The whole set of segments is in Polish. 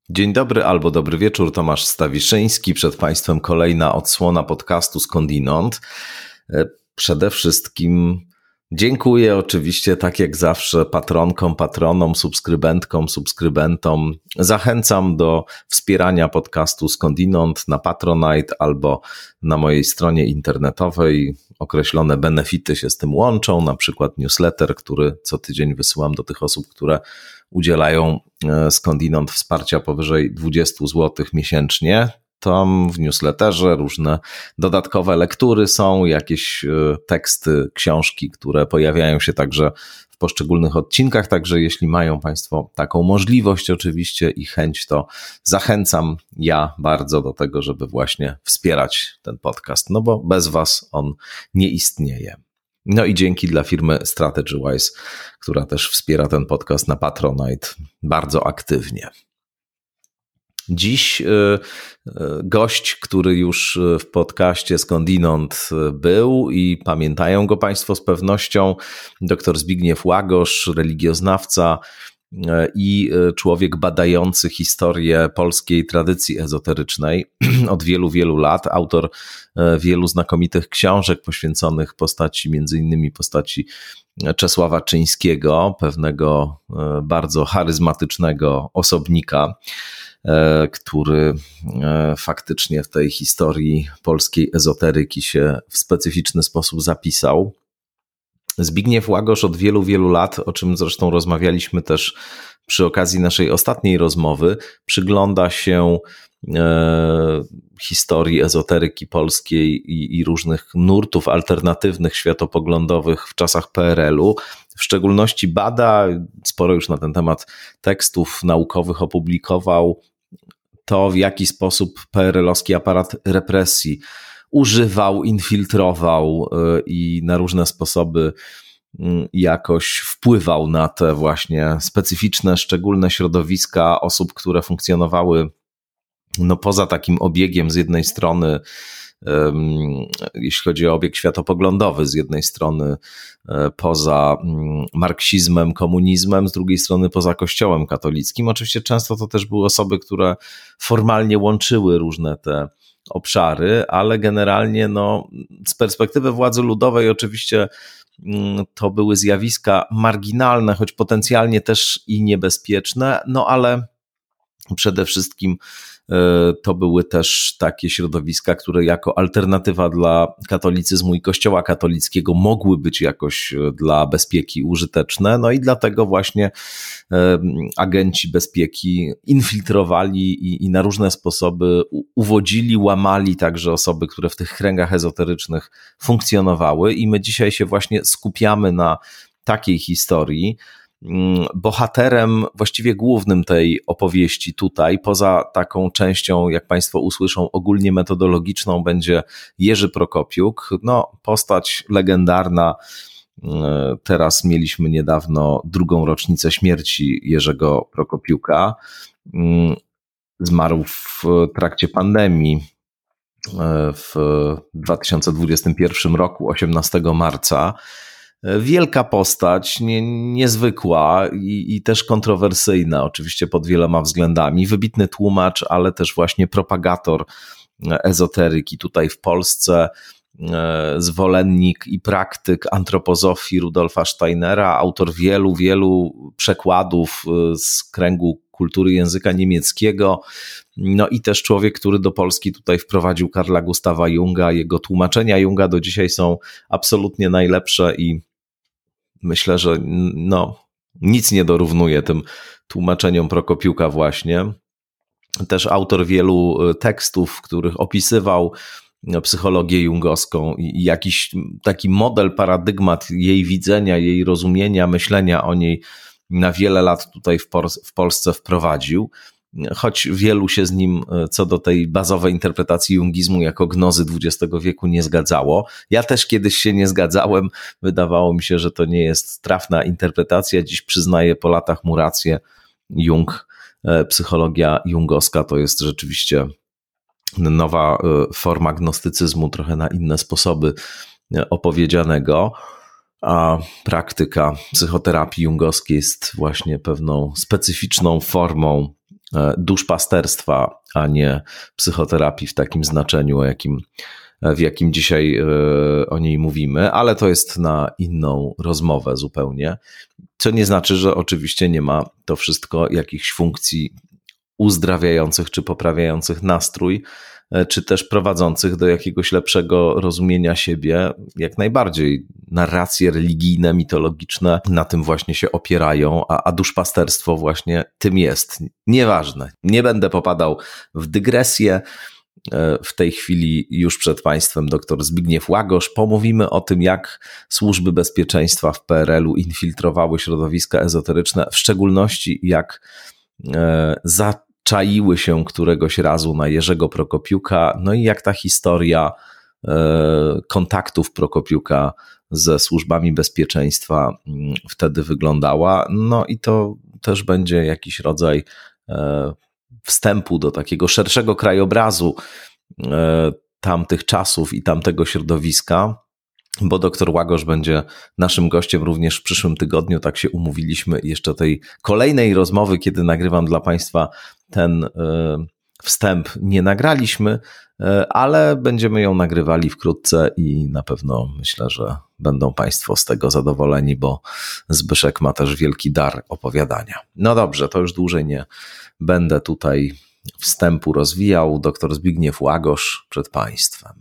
Dzień dobry albo dobry wieczór, Tomasz Stawiszyński. Przed Państwem kolejna odsłona podcastu Skądinąd. Przede wszystkim dziękuję oczywiście, tak jak zawsze, patronkom, patronom, subskrybentkom, subskrybentom. Zachęcam do wspierania podcastu Skądinąd na Patronite albo na mojej stronie internetowej. Określone benefity się z tym łączą, na przykład newsletter, który co tydzień wysyłam do tych osób, które udzielają Skądinąd wsparcia powyżej 20 zł miesięcznie. Tam w newsletterze różne dodatkowe lektury są, jakieś teksty, książki, które pojawiają się także w poszczególnych odcinkach, także jeśli mają Państwo taką możliwość oczywiście i chęć, to zachęcam ja bardzo do tego, żeby właśnie wspierać ten podcast, no bo bez Was on nie istnieje. No i dzięki dla firmy StrategyWise, która też wspiera ten podcast na Patronite bardzo aktywnie. Dziś gość, który już w podcaście Skądinąd był i pamiętają go Państwo z pewnością, dr Zbigniew Łagosz, religioznawca i człowiek badający historię polskiej tradycji ezoterycznej od wielu, wielu lat, autor wielu znakomitych książek poświęconych postaci, między innymi postaci Czesława Czyńskiego, pewnego bardzo charyzmatycznego osobnika, który faktycznie w tej historii polskiej ezoteryki się w specyficzny sposób zapisał. Zbigniew Łagosz od wielu, wielu lat, o czym zresztą rozmawialiśmy też przy okazji naszej ostatniej rozmowy, przygląda się historii ezoteryki polskiej i różnych nurtów alternatywnych, światopoglądowych w czasach PRL-u. W szczególności bada, sporo już na ten temat tekstów naukowych opublikował, to w jaki sposób PRL-owski aparat represji używał, infiltrował i na różne sposoby jakoś wpływał na te właśnie specyficzne, szczególne środowiska osób, które funkcjonowały poza takim obiegiem z jednej strony, jeśli chodzi o obieg światopoglądowy, z jednej strony poza marksizmem, komunizmem, z drugiej strony poza Kościołem katolickim. Oczywiście często to też były osoby, które formalnie łączyły różne te obszary, ale generalnie z perspektywy władzy ludowej oczywiście to były zjawiska marginalne, choć potencjalnie też i niebezpieczne, ale przede wszystkim to były też takie środowiska, które jako alternatywa dla katolicyzmu i Kościoła katolickiego mogły być jakoś dla bezpieki użyteczne. No i dlatego właśnie agenci bezpieki infiltrowali i na różne sposoby uwodzili, łamali także osoby, które w tych kręgach ezoterycznych funkcjonowały. I my dzisiaj się właśnie skupiamy na takiej historii. Bohaterem, właściwie głównym tej opowieści tutaj, poza taką częścią, jak Państwo usłyszą, ogólnie metodologiczną, będzie Jerzy Prokopiuk. Postać legendarna. Teraz mieliśmy niedawno 2. rocznicę śmierci Jerzego Prokopiuka. Zmarł w trakcie pandemii w 2021 roku, 18 marca. Wielka postać, niezwykła i też kontrowersyjna, oczywiście pod wieloma względami. Wybitny tłumacz, ale też właśnie propagator ezoteryki tutaj w Polsce, zwolennik i praktyk antropozofii Rudolfa Steinera, autor wielu, wielu przekładów z kręgu kultury języka niemieckiego, i też człowiek, który do Polski tutaj wprowadził Carla Gustawa Junga. Jego tłumaczenia Junga do dzisiaj są absolutnie najlepsze i myślę, że nic nie dorównuje tym tłumaczeniom Prokopiuka właśnie. Też autor wielu tekstów, w których opisywał psychologię jungowską i jakiś taki model, paradygmat jej widzenia, jej rozumienia, myślenia o niej na wiele lat tutaj w Polsce wprowadził. Choć wielu się z nim co do tej bazowej interpretacji jungizmu jako gnozy XX wieku nie zgadzało. Ja też kiedyś się nie zgadzałem. Wydawało mi się, że to nie jest trafna interpretacja. Dziś przyznaję po latach mu rację. Jung, psychologia jungowska to jest rzeczywiście nowa forma gnostycyzmu, trochę na inne sposoby opowiedzianego. A praktyka psychoterapii jungowskiej jest właśnie pewną specyficzną formą duszpasterstwa, a nie psychoterapii w takim znaczeniu, w jakim dzisiaj o niej mówimy, ale to jest na inną rozmowę zupełnie, co nie znaczy, że oczywiście nie ma to wszystko jakichś funkcji uzdrawiających czy poprawiających nastrój, czy też prowadzących do jakiegoś lepszego rozumienia siebie. Jak najbardziej narracje religijne, mitologiczne na tym właśnie się opierają, a duszpasterstwo właśnie tym jest. Nieważne, nie będę popadał w dygresję. W tej chwili już przed Państwem dr Zbigniew Łagosz. Pomówimy o tym, jak służby bezpieczeństwa w PRL-u infiltrowały środowiska ezoteryczne, w szczególności jak zaczaiły się któregoś razu na Jerzego Prokopiuka, no i jak ta historia kontaktów Prokopiuka ze służbami bezpieczeństwa wtedy wyglądała. No i to też będzie jakiś rodzaj wstępu do takiego szerszego krajobrazu tamtych czasów i tamtego środowiska, bo dr Łagosz będzie naszym gościem również w przyszłym tygodniu, tak się umówiliśmy, jeszcze tej kolejnej rozmowy, kiedy nagrywam dla Państwa ten wstęp, nie nagraliśmy, ale będziemy ją nagrywali wkrótce i na pewno myślę, że będą Państwo z tego zadowoleni, bo Zbyszek ma też wielki dar opowiadania. No dobrze, to już dłużej nie będę tutaj wstępu rozwijał. Dr Zbigniew Łagosz przed Państwem.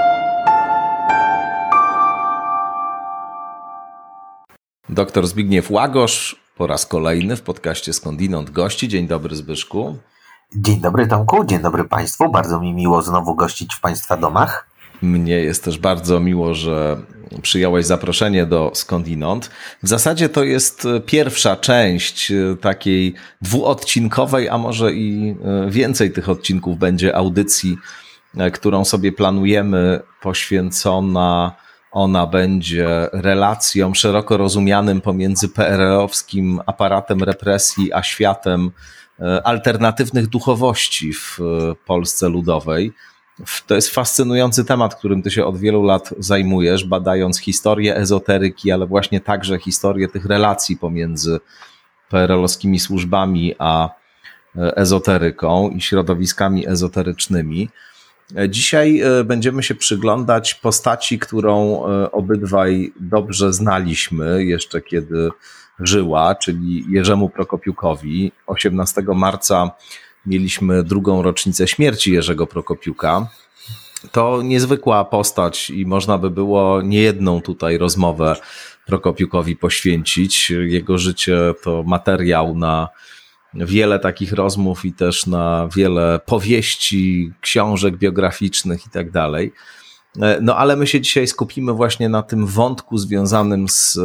Dr Zbigniew Łagosz po raz kolejny w podcaście Skądinąd gości. Dzień dobry, Zbyszku. Dzień dobry, Tomku, dzień dobry Państwu. Bardzo mi miło znowu gościć w Państwa domach. Mnie jest też bardzo miło, że przyjąłeś zaproszenie do Skądinąd. W zasadzie to jest pierwsza część takiej dwuodcinkowej, a może i więcej tych odcinków będzie audycji, którą sobie planujemy, poświęcona ona będzie relacjom szeroko rozumianym pomiędzy PRL-owskim aparatem represji a światem alternatywnych duchowości w Polsce Ludowej. To jest fascynujący temat, którym ty się od wielu lat zajmujesz, badając historię ezoteryki, ale właśnie także historię tych relacji pomiędzy PRL-owskimi służbami a ezoteryką i środowiskami ezoterycznymi. Dzisiaj będziemy się przyglądać postaci, którą obydwaj dobrze znaliśmy jeszcze kiedy żyła, czyli Jerzemu Prokopiukowi. 18 marca mieliśmy drugą rocznicę śmierci Jerzego Prokopiuka. To niezwykła postać i można by było niejedną tutaj rozmowę Prokopiukowi poświęcić. Jego życie to materiał na wiele takich rozmów i też na wiele powieści, książek biograficznych i tak dalej. No ale my się dzisiaj skupimy właśnie na tym wątku związanym z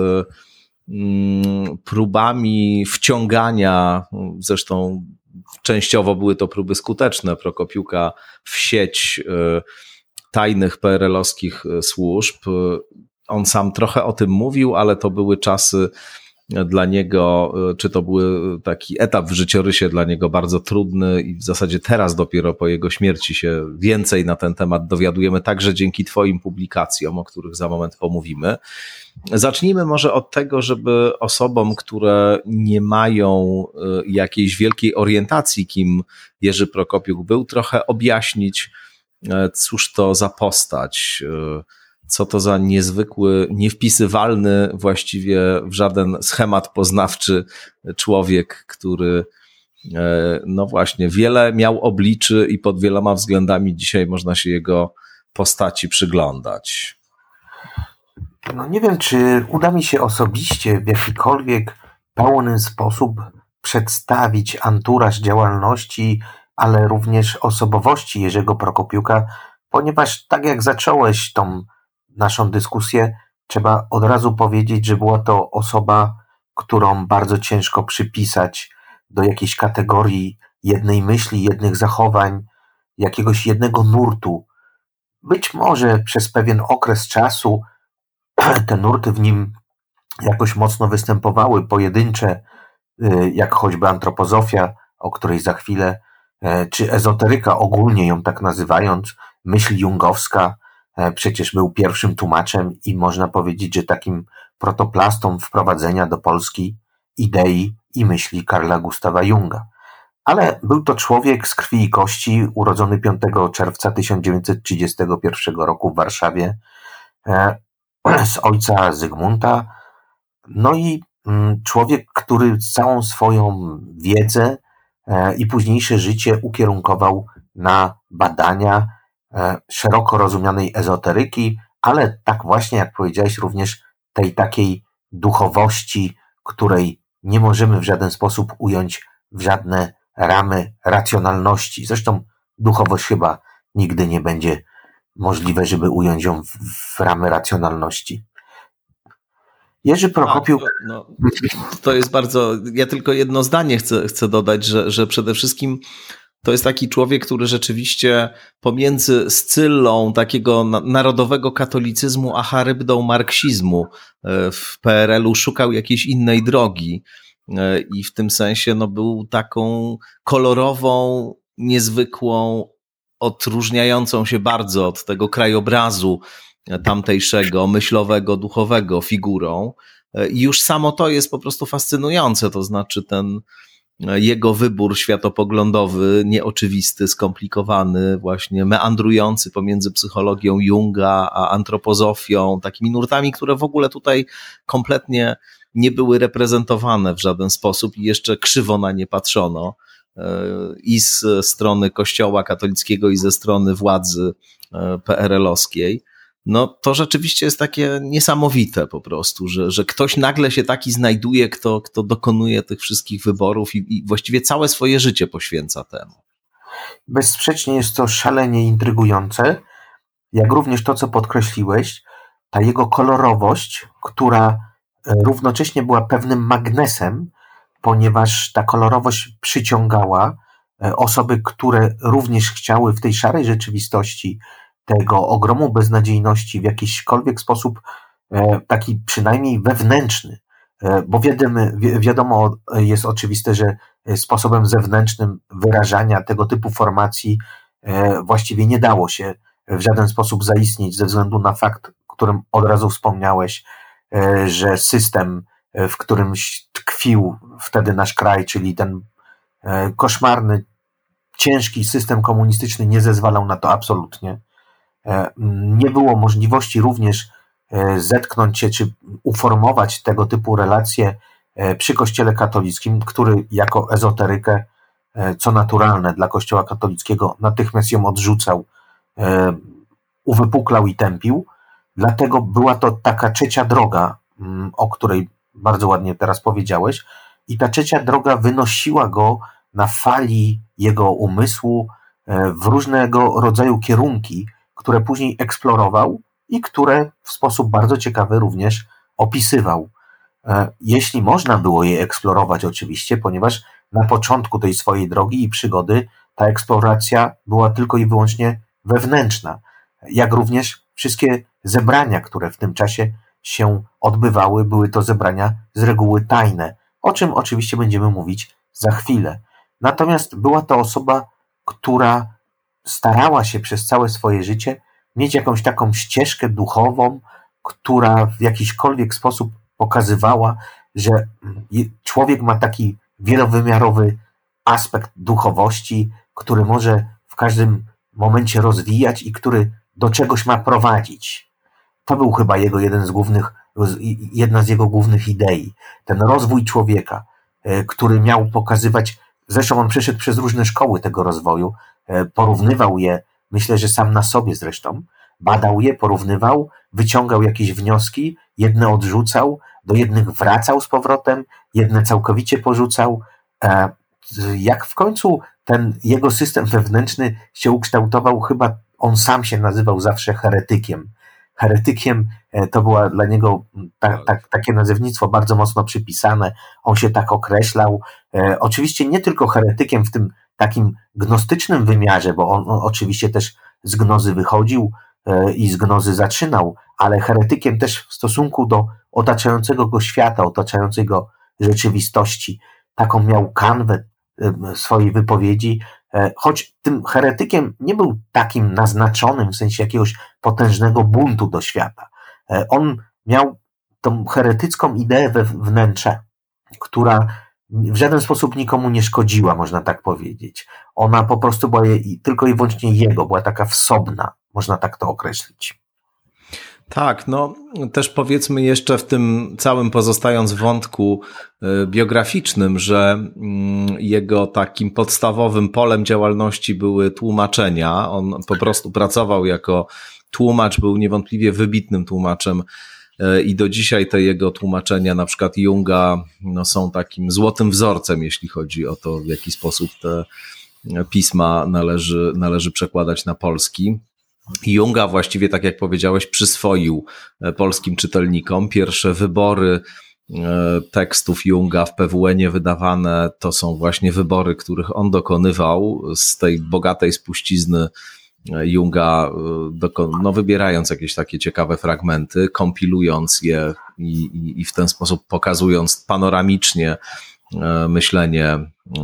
próbami wciągania, zresztą częściowo były to próby skuteczne, Prokopiuka w sieć tajnych PRL-owskich służb. On sam trochę o tym mówił, ale to były czasy dla niego, czy to był taki etap w życiorysie dla niego bardzo trudny i w zasadzie teraz dopiero po jego śmierci się więcej na ten temat dowiadujemy, także dzięki twoim publikacjom, o których za moment pomówimy. Zacznijmy może od tego, żeby osobom, które nie mają jakiejś wielkiej orientacji, kim Jerzy Prokopiuk był, trochę objaśnić, cóż to za postać, co to za niezwykły, niewpisywalny właściwie w żaden schemat poznawczy człowiek, który no właśnie wiele miał obliczy i pod wieloma względami dzisiaj można się jego postaci przyglądać. No nie wiem, czy uda mi się osobiście w jakikolwiek pełny sposób przedstawić anturaż działalności, ale również osobowości Jerzego Prokopiuka, ponieważ tak jak zacząłeś tą naszą dyskusję, trzeba od razu powiedzieć, że była to osoba, którą bardzo ciężko przypisać do jakiejś kategorii jednej myśli, jednych zachowań, jakiegoś jednego nurtu. Być może przez pewien okres czasu te nurty w nim jakoś mocno występowały, pojedyncze, jak choćby antropozofia, o której za chwilę, czy ezoteryka, ogólnie ją tak nazywając, myśl jungowska, przecież był pierwszym tłumaczem i można powiedzieć, że takim protoplastą wprowadzenia do Polski idei i myśli Carla Gustawa Junga. ale był to człowiek z krwi i kości, urodzony 5 czerwca 1931 roku w Warszawie, z ojca Zygmunta. No i człowiek, który całą swoją wiedzę i późniejsze życie ukierunkował na badania szeroko rozumianej ezoteryki, ale tak właśnie, jak powiedziałeś, również tej takiej duchowości, której nie możemy w żaden sposób ująć w żadne ramy racjonalności. Zresztą duchowość chyba nigdy nie będzie możliwe, żeby ująć ją w ramy racjonalności. Jerzy Prokopiuk... To jest bardzo... Ja tylko jedno zdanie chcę dodać, że przede wszystkim to jest taki człowiek, który rzeczywiście pomiędzy Scyllą takiego narodowego katolicyzmu a charybdą marksizmu w PRL-u szukał jakiejś innej drogi i w tym sensie był taką kolorową, niezwykłą, odróżniającą się bardzo od tego krajobrazu tamtejszego, myślowego, duchowego figurą. I już samo to jest po prostu fascynujące, to znaczy ten jego wybór światopoglądowy, nieoczywisty, skomplikowany, właśnie meandrujący pomiędzy psychologią Junga a antropozofią, takimi nurtami, które w ogóle tutaj kompletnie nie były reprezentowane w żaden sposób i jeszcze krzywo na nie patrzono i z strony Kościoła katolickiego i ze strony władzy PRL-owskiej. No to rzeczywiście jest takie niesamowite po prostu, że ktoś nagle się taki znajduje, kto dokonuje tych wszystkich wyborów i właściwie całe swoje życie poświęca temu. Bezsprzecznie jest to szalenie intrygujące, jak również to, co podkreśliłeś, ta jego kolorowość, która równocześnie była pewnym magnesem, ponieważ ta kolorowość przyciągała osoby, które również chciały w tej szarej rzeczywistości tego ogromu beznadziejności w jakiśkolwiek sposób taki przynajmniej wewnętrzny, bo wiadomo jest oczywiste, że sposobem zewnętrznym wyrażania tego typu formacji właściwie nie dało się w żaden sposób zaistnieć ze względu na fakt, o którym od razu wspomniałeś, że system, w którym tkwił wtedy nasz kraj, czyli ten koszmarny, ciężki system komunistyczny, nie zezwalał na to absolutnie. Nie było możliwości również zetknąć się czy uformować tego typu relacje przy Kościele katolickim, który jako ezoterykę, co naturalne dla Kościoła katolickiego, natychmiast ją odrzucał, uwypuklał i tępił. Dlatego była to taka trzecia droga, o której bardzo ładnie teraz powiedziałeś, i ta trzecia droga wynosiła go na fali jego umysłu w różnego rodzaju kierunki, które później eksplorował i które w sposób bardzo ciekawy również opisywał. Jeśli można było je eksplorować oczywiście, ponieważ na początku tej swojej drogi i przygody ta eksploracja była tylko i wyłącznie wewnętrzna, jak również wszystkie zebrania, które w tym czasie się odbywały, były to zebrania z reguły tajne, o czym oczywiście będziemy mówić za chwilę. Natomiast była to osoba, która starała się przez całe swoje życie mieć jakąś taką ścieżkę duchową, która w jakiśkolwiek sposób pokazywała, że człowiek ma taki wielowymiarowy aspekt duchowości, który może w każdym momencie rozwijać i który do czegoś ma prowadzić. To był chyba jedna z jego głównych idei. Ten rozwój człowieka, który miał pokazywać, zresztą on przeszedł przez różne szkoły tego rozwoju, porównywał je, myślę, że sam na sobie zresztą, badał je, porównywał, wyciągał jakieś wnioski, jedne odrzucał, do jednych wracał z powrotem, jedne całkowicie porzucał. Jak w końcu ten jego system wewnętrzny się ukształtował, chyba on sam się nazywał zawsze heretykiem. Heretykiem to było dla niego takie nazewnictwo bardzo mocno przypisane. On się tak określał. Oczywiście nie tylko heretykiem w tym takim gnostycznym wymiarze, bo on oczywiście też z gnozy wychodził i z gnozy zaczynał, ale heretykiem też w stosunku do otaczającego go świata, otaczającej go rzeczywistości. Taką miał kanwę swojej wypowiedzi, choć tym heretykiem nie był takim naznaczonym w sensie jakiegoś potężnego buntu do świata. On miał tą heretycką ideę we wnętrze, która w żaden sposób nikomu nie szkodziła, można tak powiedzieć. Ona po prostu była tylko i wyłącznie jego, była taka wsobna, można tak to określić. Tak, no też powiedzmy jeszcze w tym całym pozostając w wątku biograficznym, że jego takim podstawowym polem działalności były tłumaczenia. On po prostu pracował jako tłumacz, był niewątpliwie wybitnym tłumaczem i do dzisiaj te jego tłumaczenia, na przykład Junga, no, są takim złotym wzorcem, jeśli chodzi o to, w jaki sposób te pisma należy przekładać na polski. Junga właściwie, tak jak powiedziałeś, przyswoił polskim czytelnikom. Pierwsze wybory tekstów Junga w PWN-ie wydawane to są właśnie wybory, których on dokonywał z tej bogatej spuścizny Junga, wybierając jakieś takie ciekawe fragmenty, kompilując je i w ten sposób pokazując panoramicznie myślenie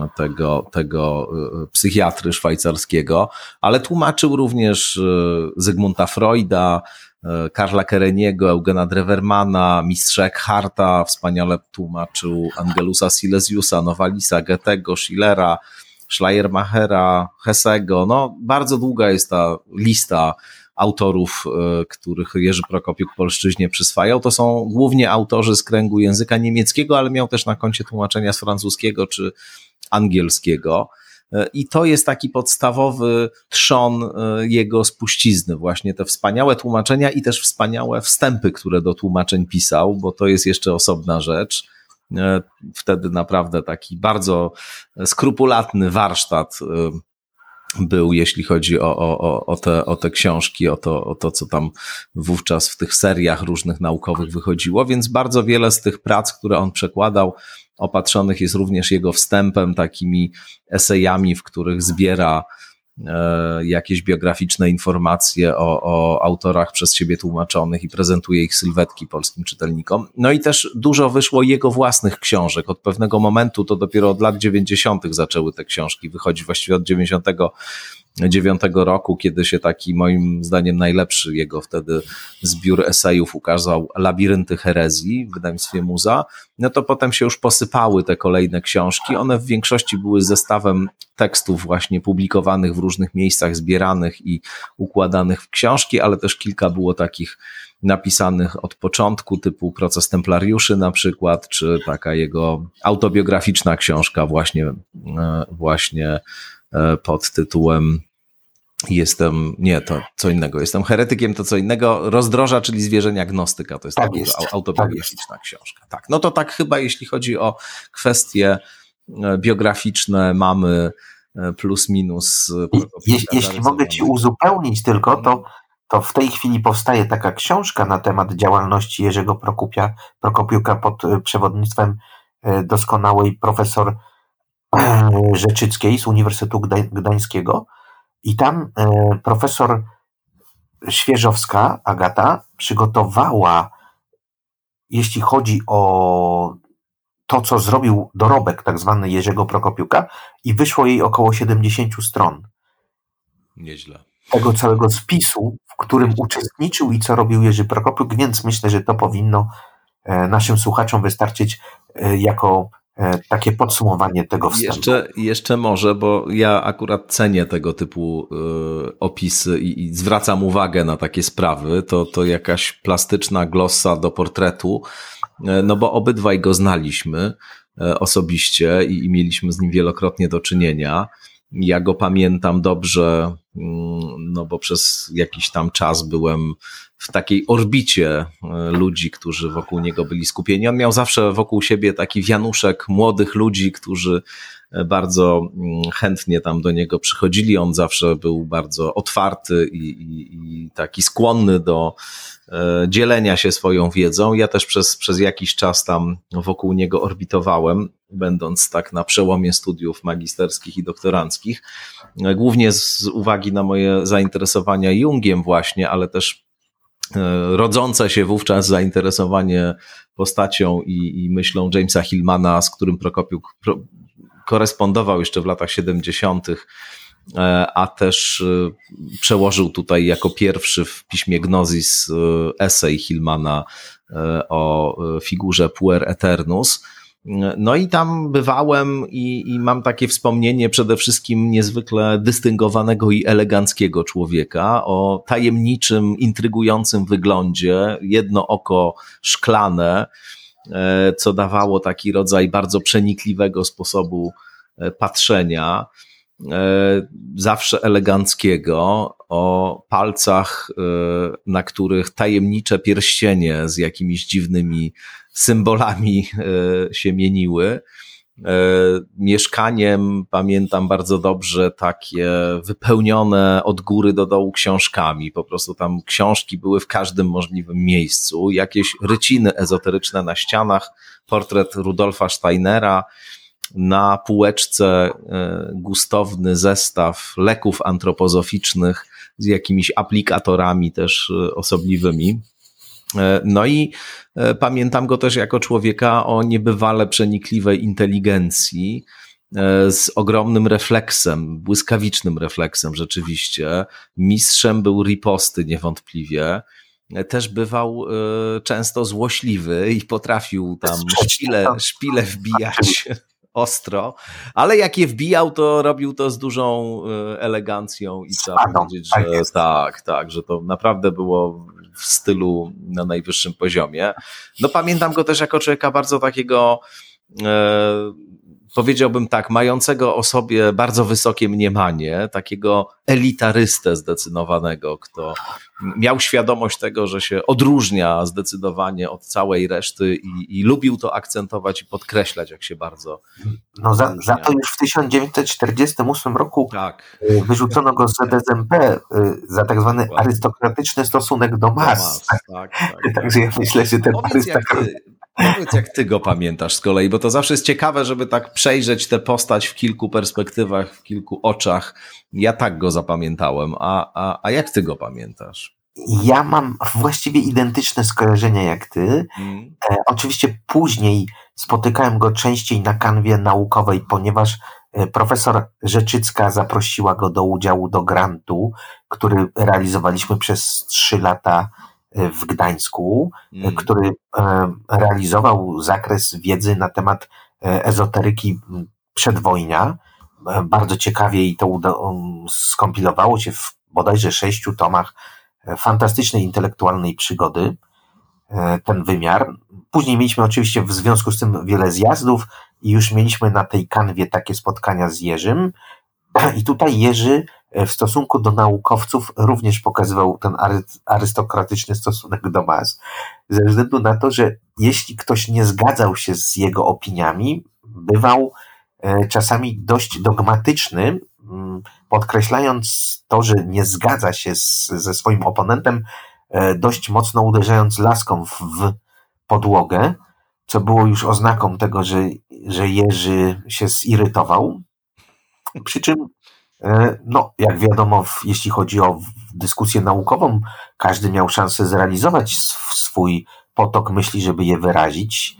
tego psychiatry szwajcarskiego, ale tłumaczył również Zygmunta Freuda, Karla Kereniego, Eugena Drewermana, mistrza Eckharta, wspaniale tłumaczył Angelusa Silesiusa, Nowalisa, Goethego, Schillera, Schleiermachera, Hessego. No, bardzo długa jest ta lista autorów, których Jerzy Prokopiuk polszczyźnie przyswajał. To są głównie autorzy z kręgu języka niemieckiego, ale miał też na koncie tłumaczenia z francuskiego czy angielskiego. I to jest taki podstawowy trzon jego spuścizny, właśnie te wspaniałe tłumaczenia i też wspaniałe wstępy, które do tłumaczeń pisał, bo to jest jeszcze osobna rzecz. Wtedy naprawdę taki bardzo skrupulatny warsztat był, jeśli chodzi o te książki, o to, co tam wówczas w tych seriach różnych naukowych wychodziło, więc bardzo wiele z tych prac, które on przekładał, opatrzonych jest również jego wstępem, takimi esejami, w których zbiera jakieś biograficzne informacje o autorach przez siebie tłumaczonych i prezentuje ich sylwetki polskim czytelnikom. No i też dużo wyszło jego własnych książek. Od pewnego momentu, to dopiero od lat 90. zaczęły te książki wychodzić, właściwie od 99 roku, kiedy się taki, moim zdaniem, najlepszy jego wtedy zbiór esejów ukazał, Labirynty herezji w wydawnictwie Muza, no to potem się już posypały te kolejne książki. One w większości były zestawem tekstów właśnie publikowanych w różnych miejscach, zbieranych i układanych w książki, ale też kilka było takich napisanych od początku, typu Proces Templariuszy na przykład, czy taka jego autobiograficzna książka właśnie pod tytułem Jestem heretykiem, to co innego, Rozdroża, czyli Zwierzenia Gnostyka, to jest taka autobiograficzna książka. Tak, no to tak chyba jeśli chodzi o kwestie biograficzne mamy plus minus. Jeśli mogę ci uzupełnić tylko, to w tej chwili powstaje taka książka na temat działalności Jerzego Prokopiuka pod przewodnictwem doskonałej profesor Rzeczyckiej z Uniwersytetu Gdańskiego i tam profesor Świeżowska Agata przygotowała, jeśli chodzi o to, co zrobił dorobek tak zwany Jerzego Prokopiuka, i wyszło jej około 70 stron. Nieźle. Tego całego spisu, w którym uczestniczył i co robił Jerzy Prokopiuk, więc myślę, że to powinno naszym słuchaczom wystarczyć jako takie podsumowanie tego wstępu. Jeszcze może, bo ja akurat cenię tego typu opisy i zwracam uwagę na takie sprawy, to jakaś plastyczna glossa do portretu, no bo obydwaj go znaliśmy osobiście i mieliśmy z nim wielokrotnie do czynienia. Ja go pamiętam dobrze, no bo przez jakiś tam czas byłem w takiej orbicie ludzi, którzy wokół niego byli skupieni. On miał zawsze wokół siebie taki wianuszek młodych ludzi, którzy bardzo chętnie tam do niego przychodzili. On zawsze był bardzo otwarty i taki skłonny do dzielenia się swoją wiedzą. Ja też przez jakiś czas tam wokół niego orbitowałem, będąc tak na przełomie studiów magisterskich i doktoranckich. Głównie z uwagi na moje zainteresowania Jungiem właśnie, ale też rodzące się wówczas zainteresowanie postacią i myślą Jamesa Hillmana, z którym Prokopiuk korespondował jeszcze w latach 70., a też przełożył tutaj jako pierwszy w piśmie Gnosis esej Hillmana o figurze Puer Aeternus. No i tam bywałem i mam takie wspomnienie przede wszystkim niezwykle dystyngowanego i eleganckiego człowieka o tajemniczym, intrygującym wyglądzie, jedno oko szklane, co dawało taki rodzaj bardzo przenikliwego sposobu patrzenia, zawsze eleganckiego, o palcach, na których tajemnicze pierścienie z jakimiś dziwnymi symbolami się mieniły. Mieszkaniem pamiętam bardzo dobrze takie wypełnione od góry do dołu książkami. Po prostu tam książki były w każdym możliwym miejscu. Jakieś ryciny ezoteryczne na ścianach, portret Rudolfa Steinera, na półeczce gustowny zestaw leków antropozoficznych z jakimiś aplikatorami też osobliwymi. No i pamiętam go też jako człowieka o niebywale przenikliwej inteligencji, z ogromnym refleksem, błyskawicznym refleksem rzeczywiście. Mistrzem był riposty niewątpliwie. Też bywał często złośliwy i potrafił tam szpile wbijać ostro, ale jak je wbijał, to robił to z dużą elegancją i trzeba powiedzieć, że tak, że to naprawdę było w stylu na najwyższym poziomie. No pamiętam go też jako człowieka bardzo takiego, powiedziałbym tak, mającego o sobie bardzo wysokie mniemanie, takiego elitarystę zdecydowanego, kto miał świadomość tego, że się odróżnia zdecydowanie od całej reszty i lubił to akcentować i podkreślać, jak się bardzo za to już w 1948 roku wyrzucono go z ZSMP za tak zwany arystokratyczny stosunek do mas. Tak. Także ja myślę, że ten Powiedz, jak ty go pamiętasz z kolei, bo to zawsze jest ciekawe, żeby tak przejrzeć tę postać w kilku perspektywach, w kilku oczach. Ja tak go zapamiętałem, a jak ty go pamiętasz? Ja mam właściwie identyczne skojarzenia jak ty. Oczywiście później spotykałem go częściej na kanwie naukowej, ponieważ profesor Rzeczycka zaprosiła go do udziału do grantu, który realizowaliśmy przez 3 lata w Gdańsku, który realizował zakres wiedzy na temat ezoteryki przedwojnia. Bardzo ciekawie i to skompilowało się w bodajże 6 tomach fantastycznej intelektualnej przygody, ten wymiar. Później mieliśmy oczywiście w związku z tym wiele zjazdów i już mieliśmy na tej kanwie takie spotkania z Jerzym. I tutaj Jerzy w stosunku do naukowców również pokazywał ten arystokratyczny stosunek do mas, ze względu na to, że jeśli ktoś nie zgadzał się z jego opiniami, bywał czasami dość dogmatyczny, podkreślając to, że nie zgadza się ze swoim oponentem, dość mocno uderzając laską w podłogę, co było już oznaką tego, że Jerzy się zirytował. Przy czym, no, jak wiadomo, jeśli chodzi o dyskusję naukową, każdy miał szansę zrealizować swój potok myśli, żeby je wyrazić,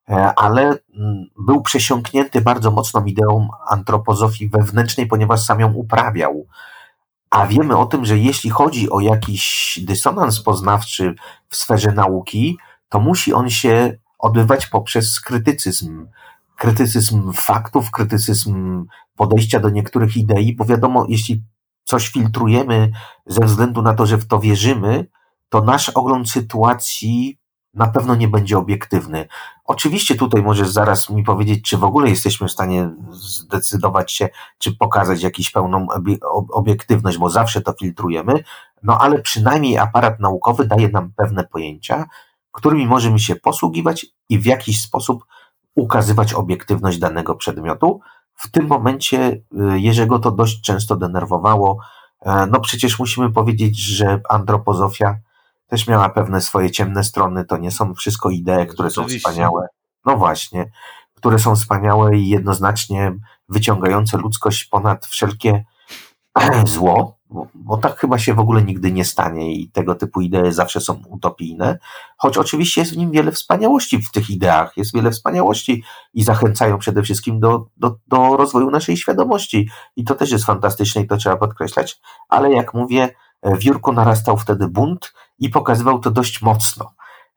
ale był przesiąknięty bardzo mocną ideą antropozofii wewnętrznej, ponieważ sam ją uprawiał. A wiemy o tym, że jeśli chodzi o jakiś dysonans poznawczy w sferze nauki, to musi on się odbywać poprzez krytycyzm faktów, krytycyzm podejścia do niektórych idei, bo wiadomo, jeśli coś filtrujemy ze względu na to, że w to wierzymy, to nasz ogląd sytuacji na pewno nie będzie obiektywny. Oczywiście tutaj możesz zaraz mi powiedzieć, czy w ogóle jesteśmy w stanie zdecydować się, czy pokazać jakąś pełną obiektywność, bo zawsze to filtrujemy, no ale przynajmniej aparat naukowy daje nam pewne pojęcia, którymi możemy się posługiwać i w jakiś sposób ukazywać obiektywność danego przedmiotu. W tym momencie Jerzego to dość często denerwowało. No przecież musimy powiedzieć, że antropozofia też miała pewne swoje ciemne strony. To nie są wszystko idee, które są wspaniałe. No właśnie, które są wspaniałe i jednoznacznie wyciągające ludzkość ponad wszelkie zło, bo tak chyba się w ogóle nigdy nie stanie i tego typu idee zawsze są utopijne, choć oczywiście jest w nim wiele wspaniałości w tych ideach, jest wiele wspaniałości i zachęcają przede wszystkim do rozwoju naszej świadomości i to też jest fantastyczne i to trzeba podkreślać, ale jak mówię, w Jurku narastał wtedy bunt i pokazywał to dość mocno.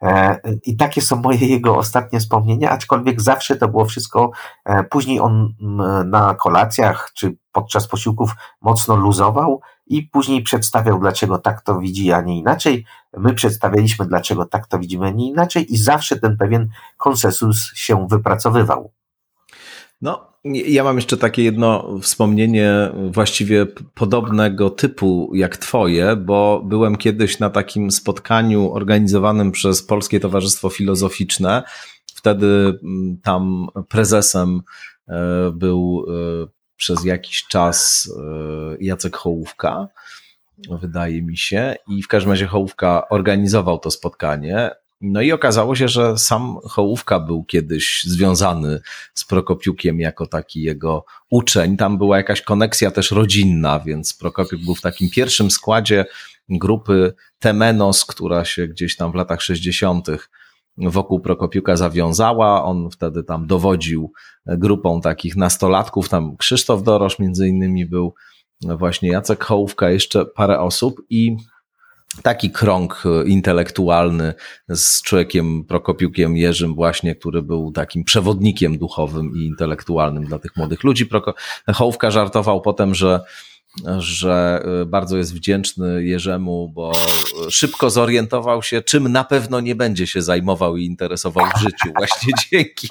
I takie są moje jego ostatnie wspomnienia, aczkolwiek zawsze to było wszystko, później on na kolacjach czy podczas posiłków mocno luzował i później przedstawiał, dlaczego tak to widzi, a nie inaczej. My przedstawialiśmy, dlaczego tak to widzimy, a nie inaczej i zawsze ten pewien konsensus się wypracowywał. No, ja mam jeszcze takie jedno wspomnienie właściwie podobnego typu jak twoje, bo byłem kiedyś na takim spotkaniu organizowanym przez Polskie Towarzystwo Filozoficzne. Wtedy tam prezesem był przez jakiś czas Jacek Hołówka, wydaje mi się, i w każdym razie Hołówka organizował to spotkanie. No i okazało się, że sam Hołówka był kiedyś związany z Prokopiukiem jako taki jego uczeń. Tam była jakaś koneksja też rodzinna, więc Prokopiuk był w takim pierwszym składzie grupy Temenos, która się gdzieś tam w latach 60. wokół Prokopiuka zawiązała. On wtedy tam dowodził grupą takich nastolatków. Tam Krzysztof Dorosz między innymi był, właśnie Jacek Hołówka, jeszcze parę osób i taki krąg intelektualny z człowiekiem Prokopiukiem Jerzym właśnie, który był takim przewodnikiem duchowym i intelektualnym dla tych młodych ludzi. Hołówka żartował potem, że bardzo jest wdzięczny Jerzemu, bo szybko zorientował się, czym na pewno nie będzie się zajmował i interesował w życiu. Właśnie dzięki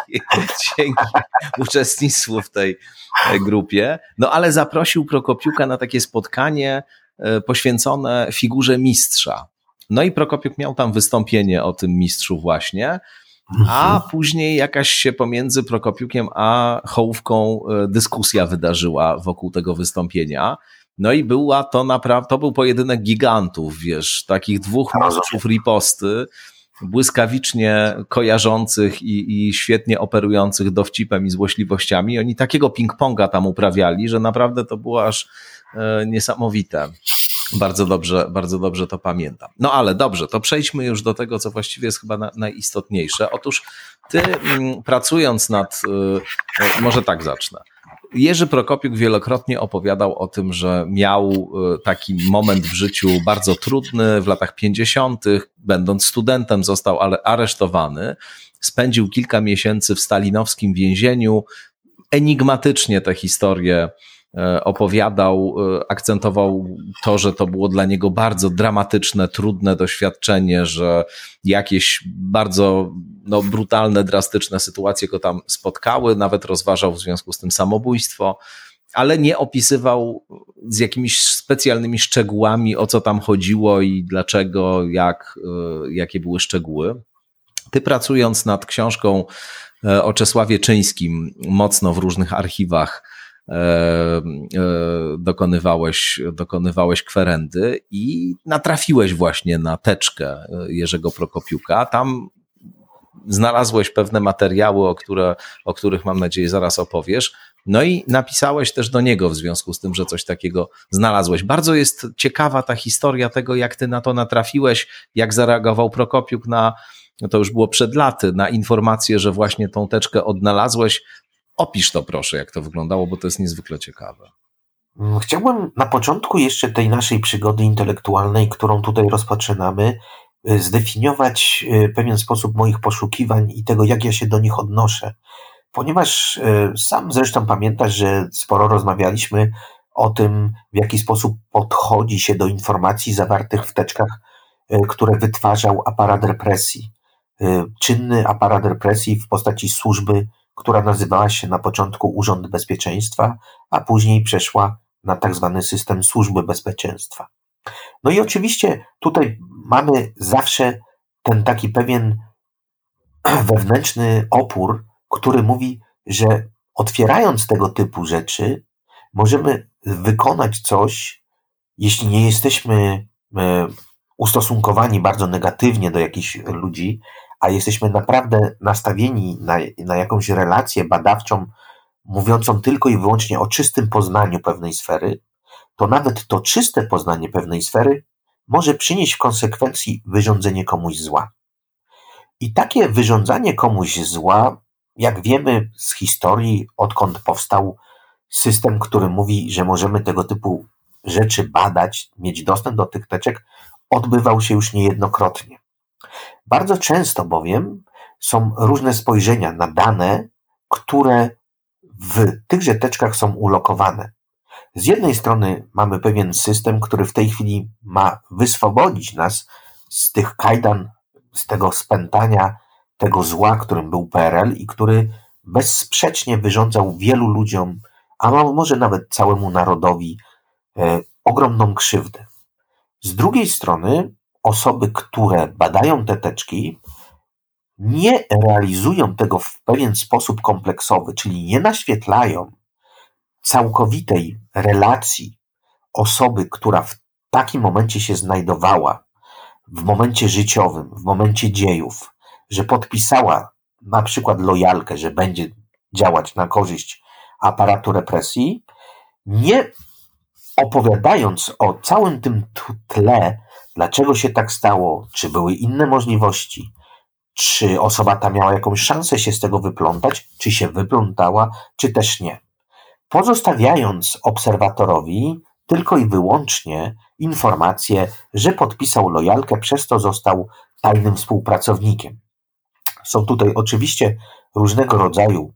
uczestnictwu w tej grupie. No ale zaprosił Prokopiuka na takie spotkanie poświęcone figurze mistrza. No i Prokopiuk miał tam wystąpienie o tym mistrzu właśnie, a później jakaś się pomiędzy Prokopiukiem a Hołówką dyskusja wydarzyła wokół tego wystąpienia. No i była to naprawdę, to był pojedynek gigantów, wiesz, takich dwóch mistrzów riposty, błyskawicznie kojarzących i świetnie operujących dowcipem i złośliwościami. Oni takiego ping-ponga tam uprawiali, że naprawdę to było aż niesamowite. Bardzo dobrze to pamiętam. No ale dobrze, to przejdźmy już do tego, co właściwie jest chyba najistotniejsze. Otóż ty pracując nad, może tak zacznę. Jerzy Prokopiuk wielokrotnie opowiadał o tym, że miał taki moment w życiu bardzo trudny w latach 50. Będąc studentem został aresztowany. Spędził kilka miesięcy w stalinowskim więzieniu. Enigmatycznie tę historię opowiadał, akcentował to, że to było dla niego bardzo dramatyczne, trudne doświadczenie, że jakieś bardzo brutalne, drastyczne sytuacje go tam spotkały, nawet rozważał w związku z tym samobójstwo, ale nie opisywał z jakimiś specjalnymi szczegółami, o co tam chodziło i dlaczego, jakie były szczegóły. Ty pracując nad książką o Czesławie Czyńskim, mocno w różnych archiwach dokonywałeś kwerendy i natrafiłeś właśnie na teczkę Jerzego Prokopiuka. Tam znalazłeś pewne materiały, o których mam nadzieję zaraz opowiesz. No i napisałeś też do niego w związku z tym, że coś takiego znalazłeś. Bardzo jest ciekawa ta historia tego, jak ty na to natrafiłeś, jak zareagował Prokopiuk to już było przed laty, na informację, że właśnie tą teczkę odnalazłeś. Opisz to proszę, jak to wyglądało, bo to jest niezwykle ciekawe. Chciałbym na początku jeszcze tej naszej przygody intelektualnej, którą tutaj rozpoczynamy, zdefiniować pewien sposób moich poszukiwań i tego, jak ja się do nich odnoszę. Ponieważ sam zresztą pamiętasz, że sporo rozmawialiśmy o tym, w jaki sposób podchodzi się do informacji zawartych w teczkach, które wytwarzał aparat represji. Czynny aparat represji w postaci służby, która nazywała się na początku Urząd Bezpieczeństwa, a później przeszła na tak zwany system służby bezpieczeństwa. No i oczywiście tutaj mamy zawsze ten taki pewien wewnętrzny opór, który mówi, że otwierając tego typu rzeczy, możemy wykonać coś, jeśli nie jesteśmy ustosunkowani bardzo negatywnie do jakichś ludzi, a jesteśmy naprawdę nastawieni na jakąś relację badawczą, mówiącą tylko i wyłącznie o czystym poznaniu pewnej sfery, to nawet to czyste poznanie pewnej sfery może przynieść w konsekwencji wyrządzenie komuś zła. I takie wyrządzanie komuś zła, jak wiemy z historii, odkąd powstał system, który mówi, że możemy tego typu rzeczy badać, mieć dostęp do tych teczek, odbywał się już niejednokrotnie. Bardzo często bowiem są różne spojrzenia na dane, które w tychże teczkach są ulokowane. Z jednej strony mamy pewien system, który w tej chwili ma wyswobodzić nas z tych kajdan, z tego spętania, tego zła, którym był PRL i który bezsprzecznie wyrządzał wielu ludziom, a może nawet całemu narodowi, ogromną krzywdę. Z drugiej strony osoby, które badają te teczki, nie realizują tego w pewien sposób kompleksowy, czyli nie naświetlają całkowitej relacji osoby, która w takim momencie się znajdowała, w momencie życiowym, w momencie dziejów, że podpisała na przykład lojalkę, że będzie działać na korzyść aparatu represji, nie opowiadając o całym tym tle, dlaczego się tak stało, czy były inne możliwości, czy osoba ta miała jakąś szansę się z tego wyplątać, czy się wyplątała, czy też nie. Pozostawiając obserwatorowi tylko i wyłącznie informację, że podpisał lojalkę, przez to został tajnym współpracownikiem. Są tutaj oczywiście różnego rodzaju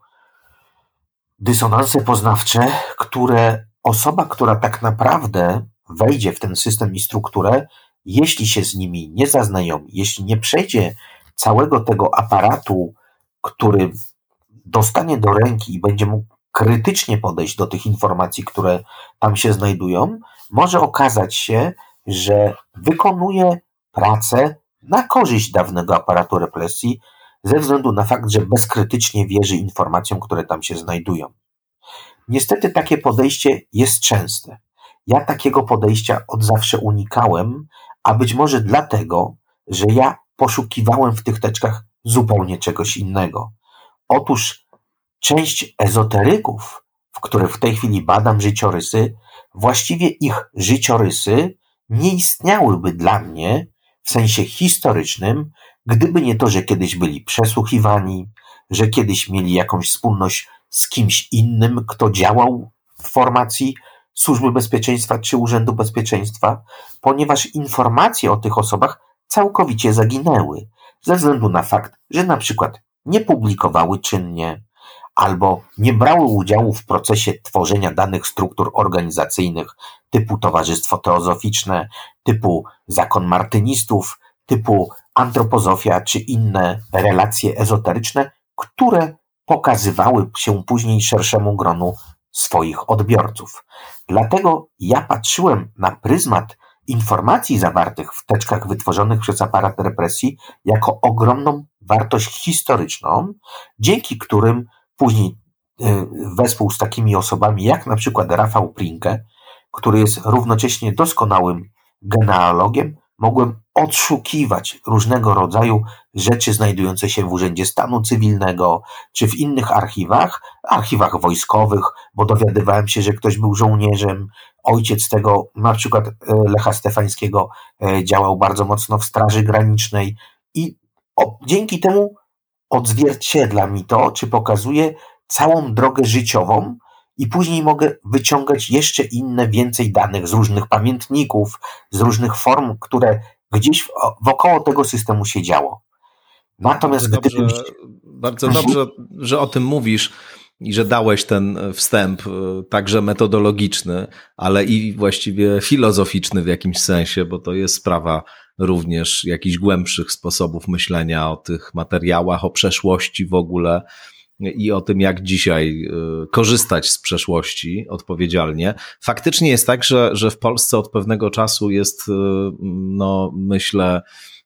dysonanse poznawcze, które osoba, która tak naprawdę wejdzie w ten system i strukturę, jeśli się z nimi nie zaznajomi, jeśli nie przejdzie całego tego aparatu, który dostanie do ręki i będzie mógł krytycznie podejść do tych informacji, które tam się znajdują, może okazać się, że wykonuje pracę na korzyść dawnego aparatu represji ze względu na fakt, że bezkrytycznie wierzy informacjom, które tam się znajdują. Niestety takie podejście jest częste. Ja takiego podejścia od zawsze unikałem, a być może dlatego, że ja poszukiwałem w tych teczkach zupełnie czegoś innego. Otóż część ezoteryków, w których w tej chwili badam życiorysy, właściwie ich życiorysy nie istniałyby dla mnie w sensie historycznym, gdyby nie to, że kiedyś byli przesłuchiwani, że kiedyś mieli jakąś wspólność z kimś innym, kto działał w formacji Służby Bezpieczeństwa czy Urzędu Bezpieczeństwa, ponieważ informacje o tych osobach całkowicie zaginęły, ze względu na fakt, że na przykład nie publikowały czynnie, albo nie brały udziału w procesie tworzenia danych struktur organizacyjnych typu Towarzystwo Teozoficzne, typu Zakon Martynistów, typu antropozofia czy inne relacje ezoteryczne, które pokazywały się później szerszemu gronu swoich odbiorców. Dlatego ja patrzyłem na pryzmat informacji zawartych w teczkach wytworzonych przez aparat represji jako ogromną wartość historyczną, dzięki którym później wespół z takimi osobami jak na przykład Rafał Prinke, który jest równocześnie doskonałym genealogiem, mogłem odszukiwać różnego rodzaju rzeczy znajdujące się w Urzędzie Stanu Cywilnego, czy w innych archiwach wojskowych, bo dowiadywałem się, że ktoś był żołnierzem. Ojciec tego, na przykład Lecha Stefańskiego, działał bardzo mocno w Straży Granicznej i dzięki temu odzwierciedla mi to, czy pokazuje całą drogę życiową i później mogę wyciągać jeszcze inne, więcej danych z różnych pamiętników, z różnych form, które gdzieś wokoło tego systemu się działo. Natomiast bardzo dobrze, że o tym mówisz i że dałeś ten wstęp także metodologiczny, ale i właściwie filozoficzny w jakimś sensie, bo to jest sprawa również jakichś głębszych sposobów myślenia o tych materiałach, o przeszłości w ogóle i o tym, jak dzisiaj korzystać z przeszłości odpowiedzialnie. Faktycznie jest tak, że w Polsce od pewnego czasu jest, no myślę,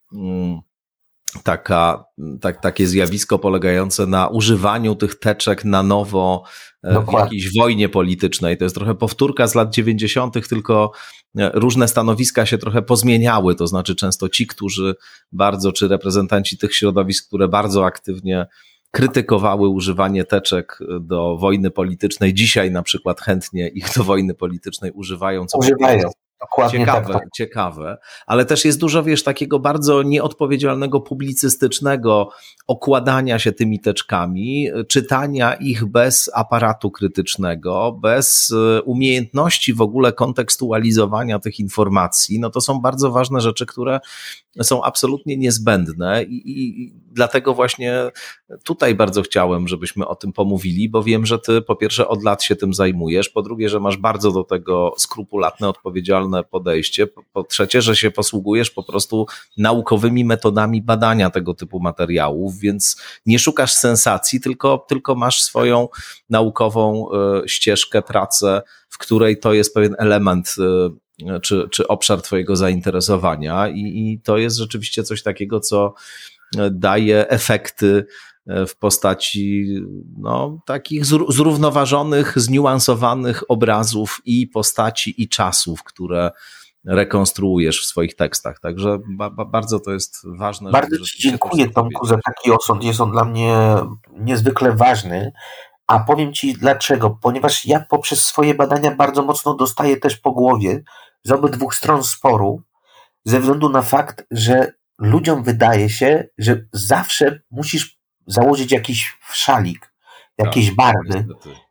takie zjawisko polegające na używaniu tych teczek na nowo w jakiejś wojnie politycznej. To jest trochę powtórka z lat 90., tylko różne stanowiska się trochę pozmieniały, to znaczy często ci, którzy bardzo, czy reprezentanci tych środowisk, które bardzo aktywnie krytykowały używanie teczek do wojny politycznej, dzisiaj na przykład chętnie ich do wojny politycznej używają, co Dokładnie tak. Ciekawe, ale też jest dużo, takiego bardzo nieodpowiedzialnego publicystycznego okładania się tymi teczkami, czytania ich bez aparatu krytycznego, bez umiejętności w ogóle kontekstualizowania tych informacji. No to są bardzo ważne rzeczy, które są absolutnie niezbędne i dlatego właśnie tutaj bardzo chciałem, żebyśmy o tym pomówili, bo wiem, że ty po pierwsze od lat się tym zajmujesz, po drugie, że masz bardzo do tego skrupulatne, odpowiedzialne podejście, po trzecie, że się posługujesz po prostu naukowymi metodami badania tego typu materiałów, więc nie szukasz sensacji, tylko masz swoją naukową ścieżkę, pracę, w której to jest pewien element czy obszar twojego zainteresowania i to jest rzeczywiście coś takiego, co daje efekty w postaci takich zrównoważonych, zniuansowanych obrazów i postaci i czasów, które rekonstruujesz w swoich tekstach. Także bardzo to jest ważne. Bardzo ci dziękuję, Tomku, za taki osąd. Jest on dla mnie niezwykle ważny. A powiem ci dlaczego. Ponieważ ja poprzez swoje badania bardzo mocno dostaję też po głowie z obydwu stron sporu, ze względu na fakt, że ludziom wydaje się, że zawsze musisz założyć jakiś szalik, jakieś barwy.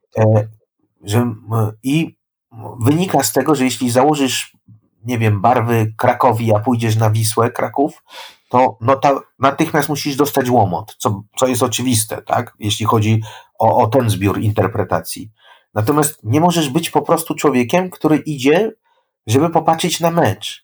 I wynika z tego, że jeśli założysz, nie wiem, barwy Krakowi, a pójdziesz na Wisłę, Kraków, to natychmiast musisz dostać łomot, co jest oczywiste, tak? Jeśli chodzi o ten zbiór interpretacji. Natomiast nie możesz być po prostu człowiekiem, który idzie, żeby popatrzeć na mecz.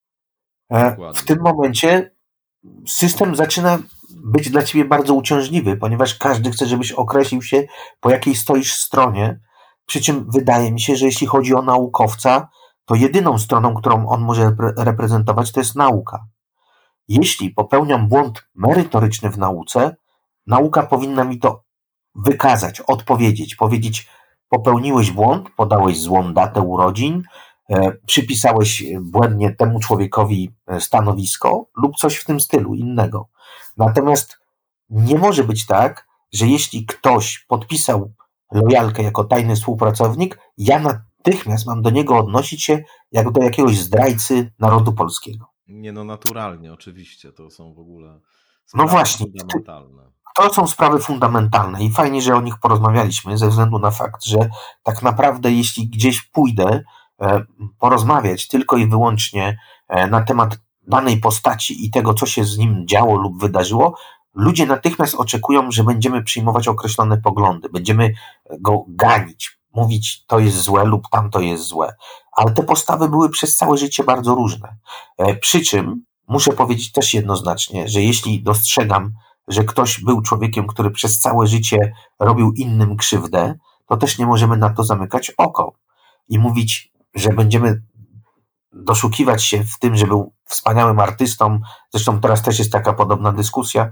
W tym momencie system zaczyna być dla ciebie bardzo uciążliwy, ponieważ każdy chce, żebyś określił się, po jakiej stoisz stronie. Przy czym wydaje mi się, że jeśli chodzi o naukowca, to jedyną stroną, którą on może reprezentować, to jest nauka. Jeśli popełniam błąd merytoryczny w nauce, nauka powinna mi to wykazać, odpowiedzieć, powiedzieć: popełniłeś błąd, podałeś złą datę urodzin, przypisałeś błędnie temu człowiekowi stanowisko lub coś w tym stylu innego. Natomiast nie może być tak, że jeśli ktoś podpisał lojalkę jako tajny współpracownik, ja natychmiast mam do niego odnosić się jak do jakiegoś zdrajcy narodu polskiego. Nie, naturalnie, oczywiście, to są w ogóle sprawy fundamentalne. To są sprawy fundamentalne i fajnie, że o nich porozmawialiśmy, ze względu na fakt, że tak naprawdę jeśli gdzieś pójdę porozmawiać tylko i wyłącznie na temat danej postaci i tego, co się z nim działo lub wydarzyło, ludzie natychmiast oczekują, że będziemy przyjmować określone poglądy, będziemy go ganić, mówić to jest złe lub tamto jest złe. Ale te postawy były przez całe życie bardzo różne. Przy czym muszę powiedzieć też jednoznacznie, że jeśli dostrzegam, że ktoś był człowiekiem, który przez całe życie robił innym krzywdę, to też nie możemy na to zamykać oko i mówić, że będziemy doszukiwać się w tym, że był wspaniałym artystą. Zresztą teraz też jest taka podobna dyskusja.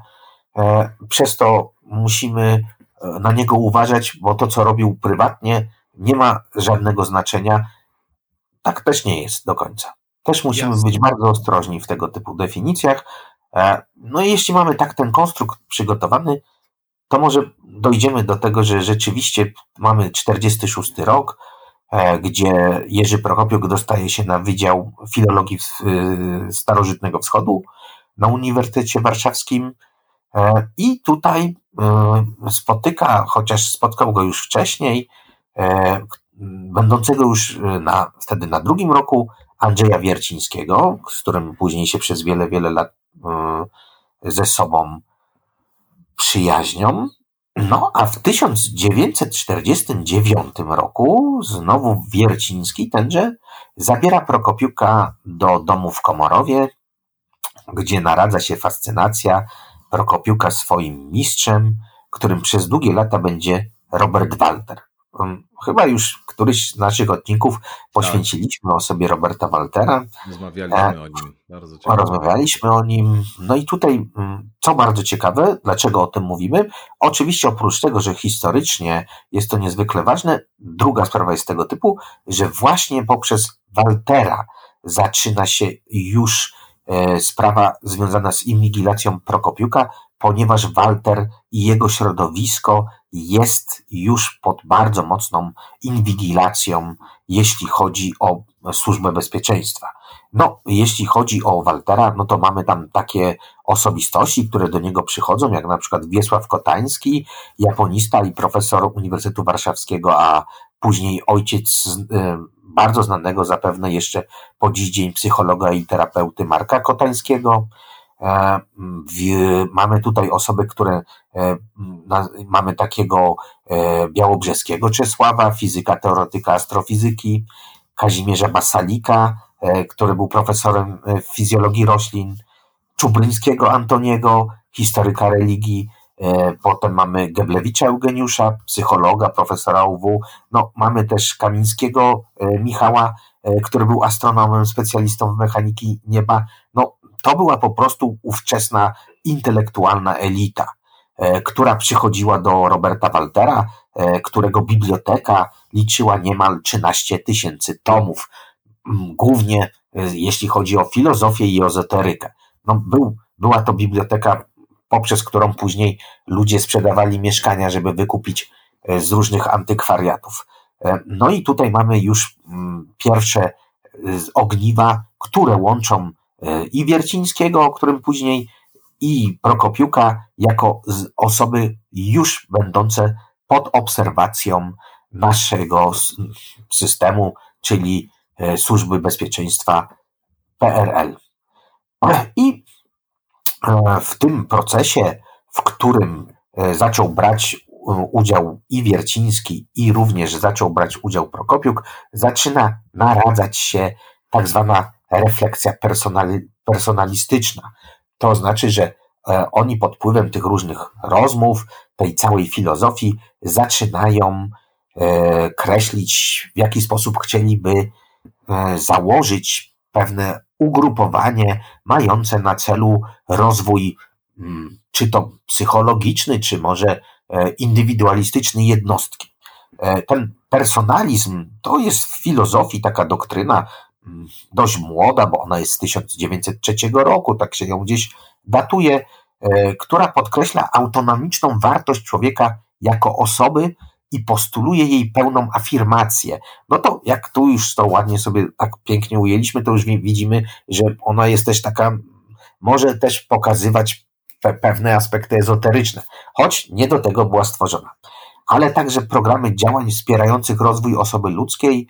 Przez to musimy na niego uważać, bo to, co robił prywatnie, nie ma żadnego znaczenia. Tak też nie jest do końca. Też musimy być bardzo ostrożni w tego typu definicjach. No i jeśli mamy tak ten konstrukt przygotowany, to może dojdziemy do tego, że rzeczywiście mamy 46 rok, gdzie Jerzy Prokopiuk dostaje się na Wydział Filologii Starożytnego Wschodu na Uniwersytecie Warszawskim i tutaj spotyka, chociaż spotkał go już wcześniej, będącego już wtedy na drugim roku, Andrzeja Wiercińskiego, z którym później się przez wiele, wiele lat ze sobą przyjaźnią. No, a w 1949 roku znowu Wierciński tenże zabiera Prokopiuka do domu w Komorowie, gdzie naradza się fascynacja Prokopiuka swoim mistrzem, którym przez długie lata będzie Robert Walter. Chyba już któryś z naszych odcinków poświęciliśmy osobie Roberta Waltera. Rozmawialiśmy o nim. Bardzo ciekawe. Rozmawialiśmy o nim. No i tutaj, co bardzo ciekawe, dlaczego o tym mówimy? Oczywiście oprócz tego, że historycznie jest to niezwykle ważne, druga sprawa jest tego typu, że właśnie poprzez Waltera zaczyna się już sprawa związana z inwigilacją Prokopiuka, ponieważ Walter i jego środowisko jest już pod bardzo mocną inwigilacją, jeśli chodzi o Służbę Bezpieczeństwa. No, jeśli chodzi o Waltera, no to mamy tam takie osobistości, które do niego przychodzą, jak na przykład Wiesław Kotański, japonista i profesor Uniwersytetu Warszawskiego, a później ojciec bardzo znanego zapewne jeszcze po dziś dzień psychologa i terapeuty Marka Kotańskiego. Mamy tutaj osoby, które mamy takiego białobrzeskiego Czesława, fizyka, teoretyka astrofizyki, Kazimierza Basalika, który był profesorem fizjologii roślin, Czubryńskiego Antoniego, historyka religii, potem mamy Geblewicza Eugeniusza, psychologa, profesora UW, no mamy też Kamińskiego Michała, który był astronomem, specjalistą w mechaniki nieba. No to była po prostu ówczesna intelektualna elita, która przychodziła do Roberta Waltera, którego biblioteka liczyła niemal 13 000 tomów, głównie jeśli chodzi o filozofię i ezoterykę. No, była to biblioteka, poprzez którą później ludzie sprzedawali mieszkania, żeby wykupić z różnych antykwariatów. No i tutaj mamy już pierwsze ogniwa, które łączą i Wiercińskiego, o którym później, i Prokopiuka jako osoby już będące pod obserwacją naszego systemu, czyli Służby Bezpieczeństwa PRL. I w tym procesie, w którym zaczął brać udział i Wierciński, i również zaczął brać udział Prokopiuk, zaczyna naradzać się tak zwana refleksja personalistyczna. To znaczy, że oni pod wpływem tych różnych rozmów, tej całej filozofii zaczynają kreślić, w jaki sposób chcieliby założyć pewne ugrupowanie mające na celu rozwój, czy to psychologiczny, czy może indywidualistyczny jednostki. Ten personalizm to jest w filozofii taka doktryna dość młoda, bo ona jest z 1903 roku, tak się ją gdzieś datuje, która podkreśla autonomiczną wartość człowieka jako osoby i postuluje jej pełną afirmację. No to jak tu już to ładnie sobie tak pięknie ujęliśmy, to już widzimy, że ona jest też taka, może też pokazywać pewne aspekty ezoteryczne, choć nie do tego była stworzona. Ale także programy działań wspierających rozwój osoby ludzkiej,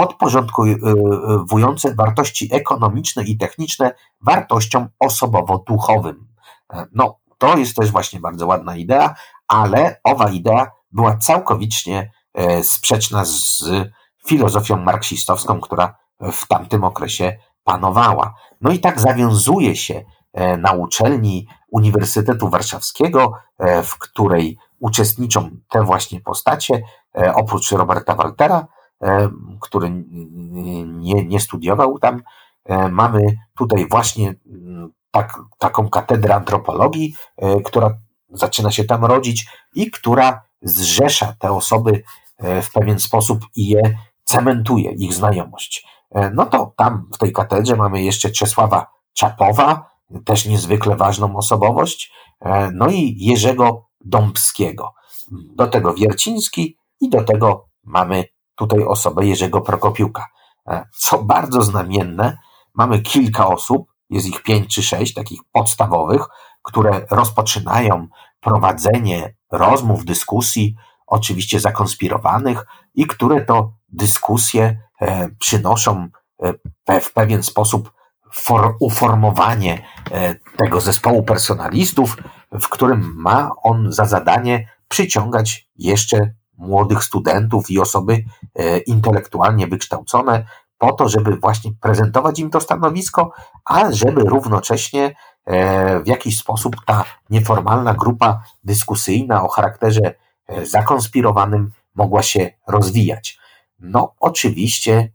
podporządkowujące wartości ekonomiczne i techniczne wartościom osobowo-duchowym. No, to jest też właśnie bardzo ładna idea, ale owa idea była całkowicie sprzeczna z filozofią marksistowską, która w tamtym okresie panowała. No i tak zawiązuje się na uczelni Uniwersytetu Warszawskiego, w której uczestniczą te właśnie postacie, oprócz Roberta Waltera, który nie studiował tam, mamy tutaj właśnie taką katedrę antropologii, która zaczyna się tam rodzić i która zrzesza te osoby w pewien sposób i je cementuje, ich znajomość. No to tam w tej katedrze mamy jeszcze Czesława Czapowa, też niezwykle ważną osobowość, no i Jerzego Dąbskiego. Do tego Wierciński i do tego mamy tutaj osobę Jerzego Prokopiuka. Co bardzo znamienne, mamy kilka osób, jest ich 5 czy 6 takich podstawowych, które rozpoczynają prowadzenie rozmów, dyskusji, oczywiście zakonspirowanych, i które to dyskusje przynoszą w pewien sposób uformowanie tego zespołu personalistów, w którym ma on za zadanie przyciągać jeszcze młodych studentów i osoby intelektualnie wykształcone po to, żeby właśnie prezentować im to stanowisko, a żeby równocześnie w jakiś sposób ta nieformalna grupa dyskusyjna o charakterze zakonspirowanym mogła się rozwijać. No oczywiście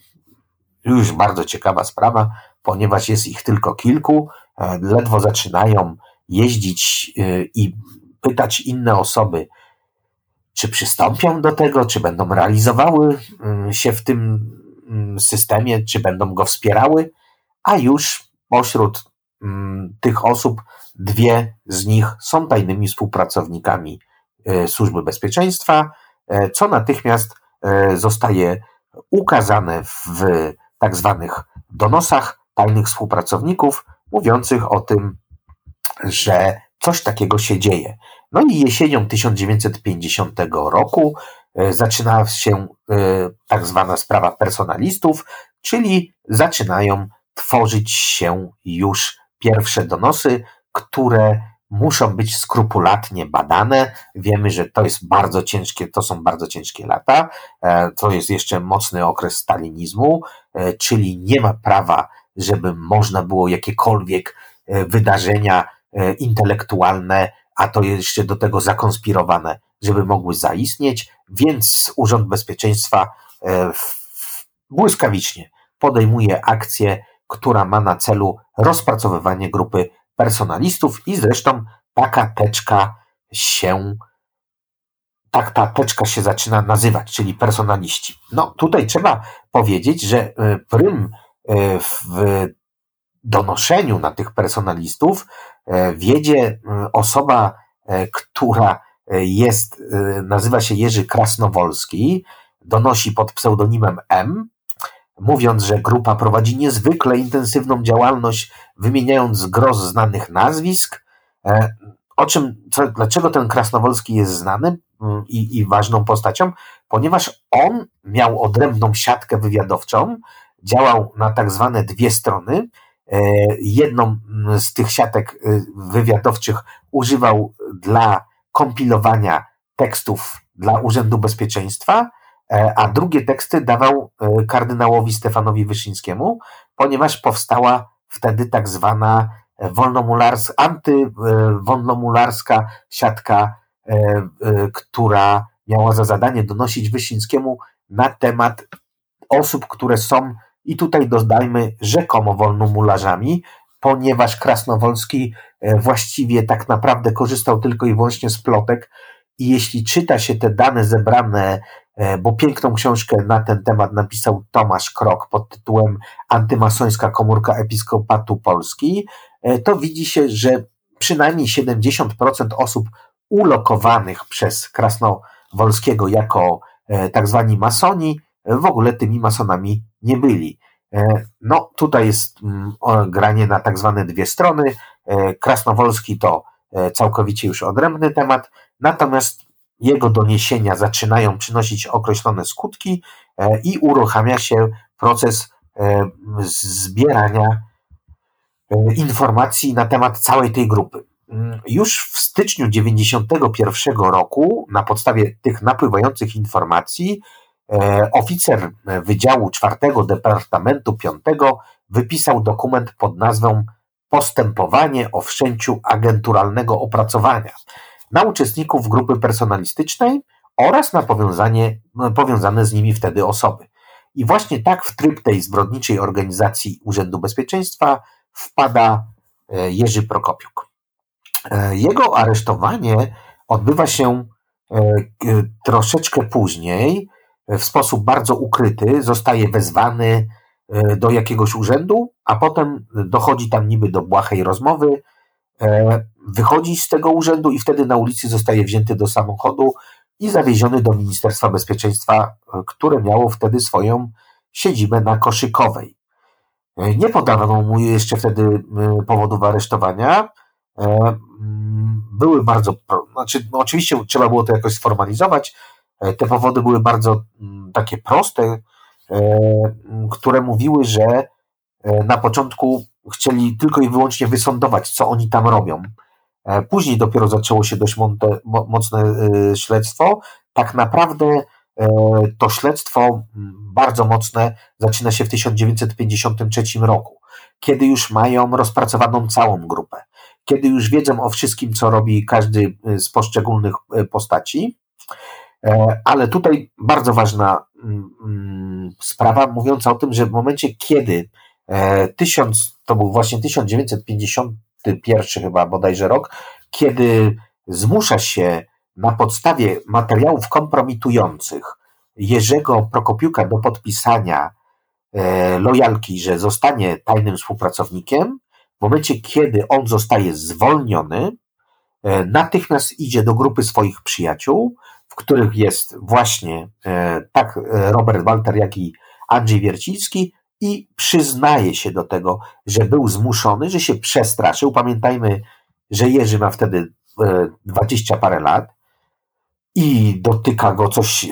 już bardzo ciekawa sprawa, ponieważ jest ich tylko kilku, ledwo zaczynają jeździć i pytać inne osoby, czy przystąpią do tego, czy będą realizowały się w tym systemie, czy będą go wspierały, a już Pośród tych osób 2 z nich są tajnymi współpracownikami Służby Bezpieczeństwa, co natychmiast zostaje ukazane w tak zwanych donosach tajnych współpracowników, mówiących o tym, że coś takiego się dzieje. No i jesienią 1950 roku zaczyna się tak zwana sprawa personalistów, czyli zaczynają tworzyć się już pierwsze donosy, które muszą być skrupulatnie badane. Wiemy, że to jest bardzo ciężkie, to są bardzo ciężkie lata. To jest jeszcze mocny okres stalinizmu, czyli nie ma prawa, żeby można było jakiekolwiek wydarzenia intelektualne, a to jeszcze do tego zakonspirowane, żeby mogły zaistnieć, więc Urząd Bezpieczeństwa błyskawicznie podejmuje akcję, która ma na celu rozpracowywanie grupy personalistów i zresztą ta teczka się zaczyna nazywać, czyli personaliści. No tutaj trzeba powiedzieć, że prym w donoszeniu na tych personalistów wiedzie osoba, która nazywa się Jerzy Krasnowolski, donosi pod pseudonimem M, mówiąc, że grupa prowadzi niezwykle intensywną działalność, wymieniając gros znanych nazwisk. Dlaczego ten Krasnowolski jest znany i ważną postacią? Ponieważ on miał odrębną siatkę wywiadowczą, działał na tak zwane 2 strony. Jedną z tych siatek wywiadowczych używał dla kompilowania tekstów dla Urzędu Bezpieczeństwa, a drugie teksty dawał kardynałowi Stefanowi Wyszyńskiemu, ponieważ powstała wtedy tak zwana antywolnomularska siatka, która miała za zadanie donosić Wyszyńskiemu na temat osób, które są, i tutaj dodajmy, rzekomo wolnomularzami, ponieważ Krasnowolski właściwie tak naprawdę korzystał tylko i wyłącznie z plotek i jeśli czyta się te dane zebrane, bo piękną książkę na ten temat napisał Tomasz Krok pod tytułem Antymasońska komórka Episkopatu Polski, to widzi się, że przynajmniej 70% osób ulokowanych przez Krasnowolskiego jako tak zwani masoni w ogóle tymi masonami nie byli. No tutaj jest granie na tak zwane 2 strony. Krasnowolski to całkowicie już odrębny temat, natomiast jego doniesienia zaczynają przynosić określone skutki i uruchamia się proces zbierania informacji na temat całej tej grupy. Już w styczniu 1991 roku na podstawie tych napływających informacji oficer Wydziału 4 Departamentu 5 wypisał dokument pod nazwą Postępowanie o wszczęciu agenturalnego opracowania na uczestników grupy personalistycznej oraz na powiązane z nimi wtedy osoby. I właśnie tak w tryb tej zbrodniczej organizacji Urzędu Bezpieczeństwa wpada Jerzy Prokopiuk. Jego aresztowanie odbywa się troszeczkę później, w sposób bardzo ukryty, zostaje wezwany do jakiegoś urzędu, a potem dochodzi tam niby do błahej rozmowy, wychodzi z tego urzędu i wtedy na ulicy zostaje wzięty do samochodu i zawieziony do Ministerstwa Bezpieczeństwa, które miało wtedy swoją siedzibę na Koszykowej. Nie podawano mu jeszcze wtedy powodów aresztowania. Były bardzo, oczywiście trzeba było to jakoś sformalizować. Te powody były bardzo takie proste, które mówiły, że na początku chcieli tylko i wyłącznie wysądować, co oni tam robią. Później dopiero zaczęło się dość mocne śledztwo. Tak naprawdę to śledztwo bardzo mocne zaczyna się w 1953 roku, kiedy już mają rozpracowaną całą grupę, kiedy już wiedzą o wszystkim, co robi każdy z poszczególnych postaci. Ale tutaj bardzo ważna sprawa mówiąca o tym, że w momencie, kiedy to był właśnie 1951 chyba bodajże rok, kiedy zmusza się na podstawie materiałów kompromitujących Jerzego Prokopiuka do podpisania lojalki, że zostanie tajnym współpracownikiem, w momencie, kiedy on zostaje zwolniony, natychmiast idzie do grupy swoich przyjaciół, w których jest właśnie tak Robert Walter, jak i Andrzej Wierciński, i przyznaje się do tego, że był zmuszony, że się przestraszył. Pamiętajmy, że Jerzy ma wtedy 20 parę lat i dotyka go coś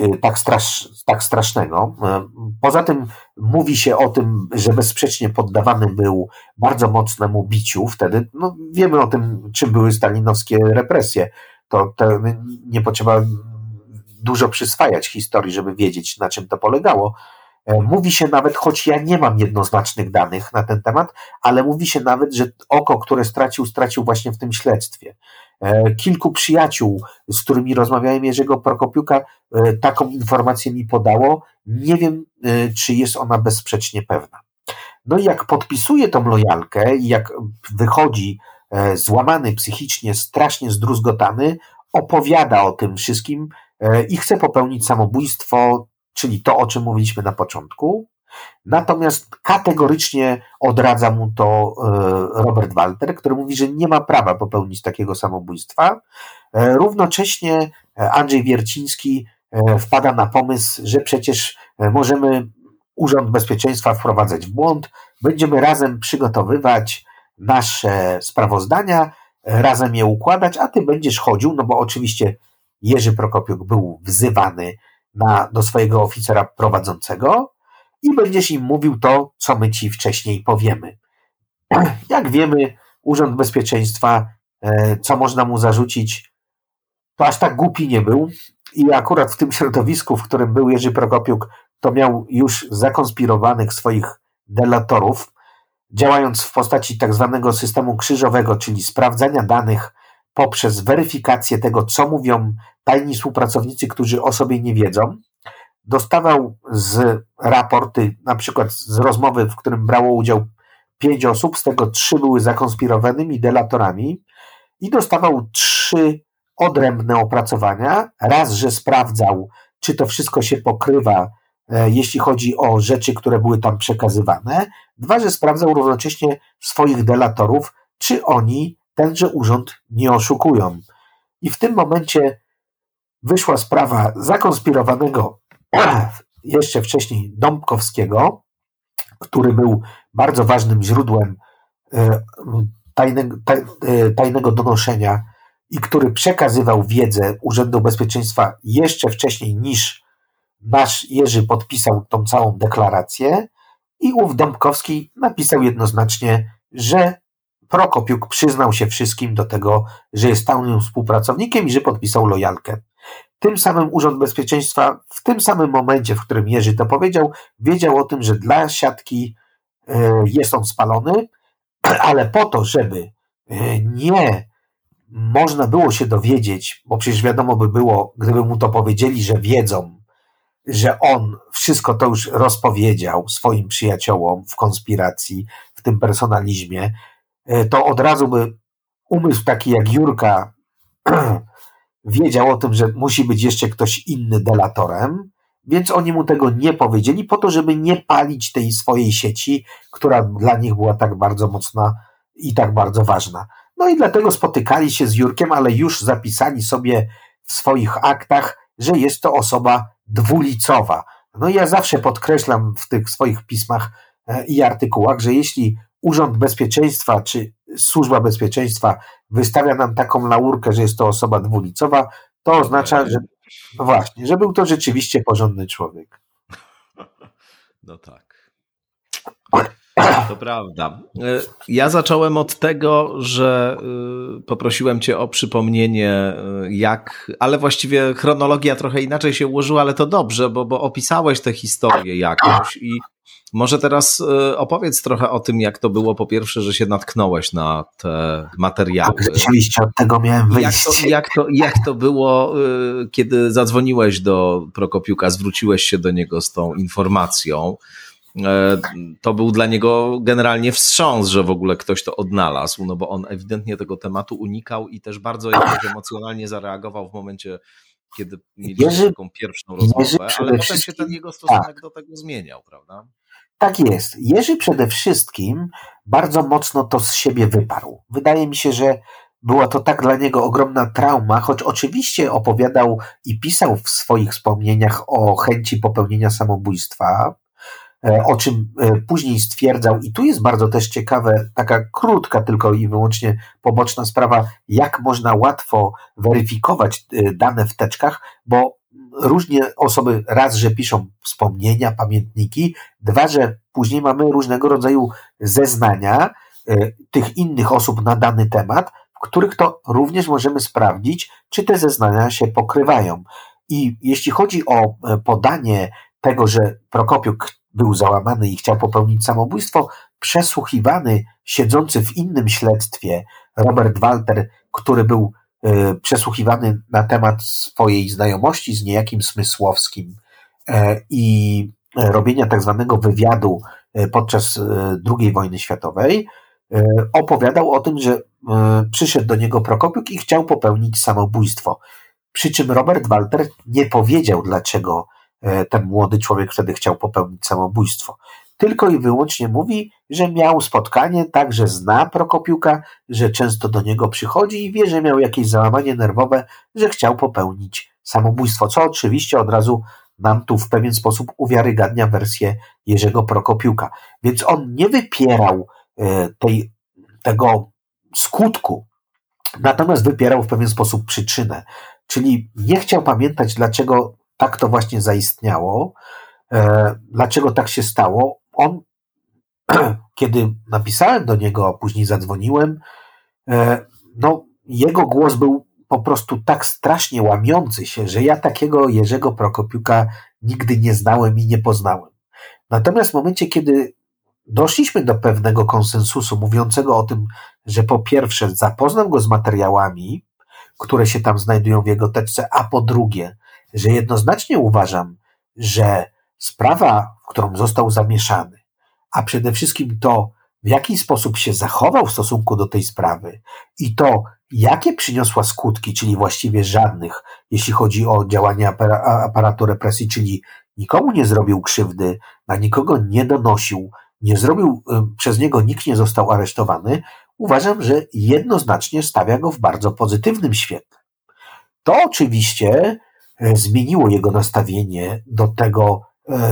tak strasznego. Poza tym mówi się o tym, że bezsprzecznie poddawany był bardzo mocnemu biciu wtedy. No, wiemy o tym, czym były stalinowskie represje. To nie potrzeba dużo przyswajać historii, żeby wiedzieć, na czym to polegało. Mówi się nawet, choć ja nie mam jednoznacznych danych na ten temat, ale mówi się nawet, że oko, które stracił właśnie w tym śledztwie. Kilku przyjaciół, z którymi rozmawiałem, Jerzego Prokopiuka, taką informację mi podało. Nie wiem, czy jest ona bezsprzecznie pewna. No i jak podpisuje tą lojalkę i jak wychodzi złamany psychicznie, strasznie zdruzgotany, opowiada o tym wszystkim i chce popełnić samobójstwo, czyli to, o czym mówiliśmy na początku. Natomiast kategorycznie odradza mu to Robert Walter, który mówi, że nie ma prawa popełnić takiego samobójstwa. Równocześnie Andrzej Wierciński wpada na pomysł, że przecież możemy Urząd Bezpieczeństwa wprowadzać w błąd, będziemy razem przygotowywać nasze sprawozdania, razem je układać, a ty będziesz chodził, no bo oczywiście Jerzy Prokopiuk był wzywany do swojego oficera prowadzącego i będziesz im mówił to, co my ci wcześniej powiemy. Jak wiemy, Urząd Bezpieczeństwa, co można mu zarzucić, to aż tak głupi nie był i akurat w tym środowisku, w którym był Jerzy Prokopiuk, to miał już zakonspirowanych swoich delatorów, działając w postaci tak zwanego systemu krzyżowego, czyli sprawdzania danych poprzez weryfikację tego, co mówią tajni współpracownicy, którzy o sobie nie wiedzą. Dostawał z raporty, na przykład z rozmowy, w którym brało udział 5 osób, z tego 3 były zakonspirowanymi delatorami i dostawał 3 odrębne opracowania. Raz, że sprawdzał, czy to wszystko się pokrywa, jeśli chodzi o rzeczy, które były tam przekazywane. 2, że sprawdzał równocześnie swoich delatorów, czy oni tenże urząd nie oszukują. I w tym momencie wyszła sprawa zakonspirowanego jeszcze wcześniej Dąbkowskiego, który był bardzo ważnym źródłem tajnego donoszenia i który przekazywał wiedzę Urzędu Bezpieczeństwa jeszcze wcześniej niż nasz Jerzy podpisał tą całą deklarację i ów Dąbkowski napisał jednoznacznie, że Prokopiuk przyznał się wszystkim do tego, że jest tajnym współpracownikiem i że podpisał lojalkę. Tym samym Urząd Bezpieczeństwa w tym samym momencie, w którym Jerzy to powiedział, wiedział o tym, że dla siatki jest on spalony, ale po to, żeby nie można było się dowiedzieć, bo przecież wiadomo by było, gdyby mu to powiedzieli, że wiedzą, że on wszystko to już rozpowiedział swoim przyjaciołom w konspiracji, w tym personalizmie, to od razu by umysł taki jak Jurka wiedział o tym, że musi być jeszcze ktoś inny delatorem, więc oni mu tego nie powiedzieli po to, żeby nie palić tej swojej sieci, która dla nich była tak bardzo mocna i tak bardzo ważna. No i dlatego spotykali się z Jurkiem, ale już zapisali sobie w swoich aktach, że jest to osoba dwulicowa. No i ja zawsze podkreślam w tych swoich pismach i artykułach, że jeśli Urząd Bezpieczeństwa czy Służba Bezpieczeństwa wystawia nam taką laurkę, że jest to osoba dwulicowa, to oznacza, że no właśnie, że był to rzeczywiście porządny człowiek. No tak. To prawda. Ja zacząłem od tego, że poprosiłem cię o przypomnienie, ale właściwie chronologia trochę inaczej się ułożyła, ale to dobrze, bo opisałeś tę historię jakoś i może teraz opowiedz trochę o tym, jak to było, po pierwsze, że się natknąłeś na te materiały. Tak, rzeczywiście od tego miałem wyjść. Jak to było, kiedy zadzwoniłeś do Prokopiuka, zwróciłeś się do niego z tą informacją? To był dla niego generalnie wstrząs, że w ogóle ktoś to odnalazł, no bo on ewidentnie tego tematu unikał i też bardzo jakoś emocjonalnie zareagował w momencie, kiedy mieliśmy taką pierwszą rozmowę, ale potem się ten jego stosunek do tego zmieniał, prawda? Tak jest. Jerzy przede wszystkim bardzo mocno to z siebie wyparł. Wydaje mi się, że była to tak dla niego ogromna trauma, choć oczywiście opowiadał i pisał w swoich wspomnieniach o chęci popełnienia samobójstwa, o czym później stwierdzał, i tu jest bardzo też ciekawe, taka krótka tylko i wyłącznie poboczna sprawa, jak można łatwo weryfikować dane w teczkach, bo różnie osoby, raz, że piszą wspomnienia, pamiętniki, dwa, że później mamy różnego rodzaju zeznania tych innych osób na dany temat, w których to również możemy sprawdzić, czy te zeznania się pokrywają. I jeśli chodzi o podanie tego, że Prokopiuk był załamany i chciał popełnić samobójstwo, przesłuchiwany, siedzący w innym śledztwie Robert Walter, który był przesłuchiwany na temat swojej znajomości z niejakim Smysłowskim i robienia tak zwanego wywiadu podczas II wojny światowej, opowiadał o tym, że przyszedł do niego Prokopiuk i chciał popełnić samobójstwo. Przy czym Robert Walter nie powiedział, dlaczego ten młody człowiek wtedy chciał popełnić samobójstwo. Tylko i wyłącznie mówi, że miał spotkanie, tak, że zna Prokopiuka, że często do niego przychodzi i wie, że miał jakieś załamanie nerwowe, że chciał popełnić samobójstwo, co oczywiście od razu nam tu w pewien sposób uwiarygadnia wersję Jerzego Prokopiuka. Więc on nie wypierał tego skutku, natomiast wypierał w pewien sposób przyczynę, czyli nie chciał pamiętać, dlaczego tak to właśnie zaistniało, dlaczego tak się stało. On, kiedy napisałem do niego, a później zadzwoniłem, jego głos był po prostu tak strasznie łamiący się, że ja takiego Jerzego Prokopiuka nigdy nie znałem i nie poznałem. Natomiast w momencie, kiedy doszliśmy do pewnego konsensusu mówiącego o tym, że po pierwsze zapoznam go z materiałami, które się tam znajdują w jego teczce, a po drugie, że jednoznacznie uważam, że sprawa, w którą został zamieszany, a przede wszystkim to, w jaki sposób się zachował w stosunku do tej sprawy i to, jakie przyniosła skutki, czyli właściwie żadnych, jeśli chodzi o działania aparatu represji, czyli nikomu nie zrobił krzywdy, na nikogo nie donosił, nie zrobił, przez niego nikt nie został aresztowany, uważam, że jednoznacznie stawia go w bardzo pozytywnym świetle. To oczywiście zmieniło jego nastawienie do tego,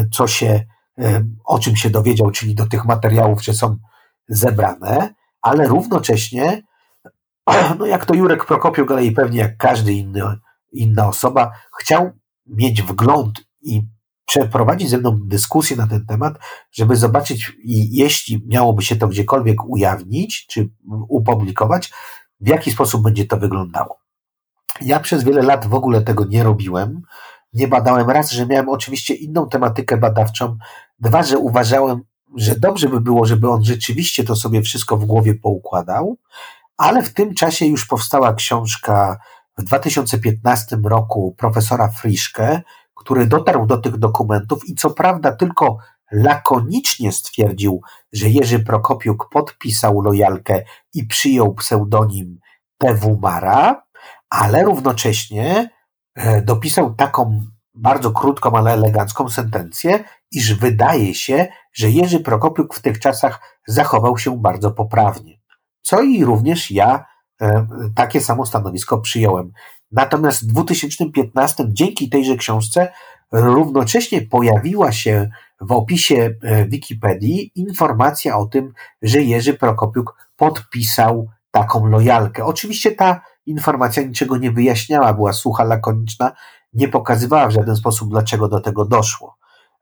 o czym się dowiedział, czyli do tych materiałów, że są zebrane, ale równocześnie, jak to Jurek Prokopiuk, ale i pewnie jak każdy inna osoba, chciał mieć wgląd i przeprowadzić ze mną dyskusję na ten temat, żeby zobaczyć, jeśli miałoby się to gdziekolwiek ujawnić, czy upublikować, w jaki sposób będzie to wyglądało. Ja przez wiele lat w ogóle tego nie robiłem, nie badałem. Raz, że miałem oczywiście inną tematykę badawczą, dwa, że uważałem, że dobrze by było, żeby on rzeczywiście to sobie wszystko w głowie poukładał, ale w tym czasie już powstała książka w 2015 roku profesora Friszke, który dotarł do tych dokumentów i co prawda tylko lakonicznie stwierdził, że Jerzy Prokopiuk podpisał lojalkę i przyjął pseudonim T.W. Mara, ale równocześnie dopisał taką bardzo krótką, ale elegancką sentencję, iż wydaje się, że Jerzy Prokopiuk w tych czasach zachował się bardzo poprawnie. Co i również ja takie samo stanowisko przyjąłem. Natomiast w 2015 dzięki tejże książce równocześnie pojawiła się w opisie Wikipedii informacja o tym, że Jerzy Prokopiuk podpisał taką lojalkę. Oczywiście ta informacja niczego nie wyjaśniała, była sucha, lakoniczna, nie pokazywała w żaden sposób, dlaczego do tego doszło.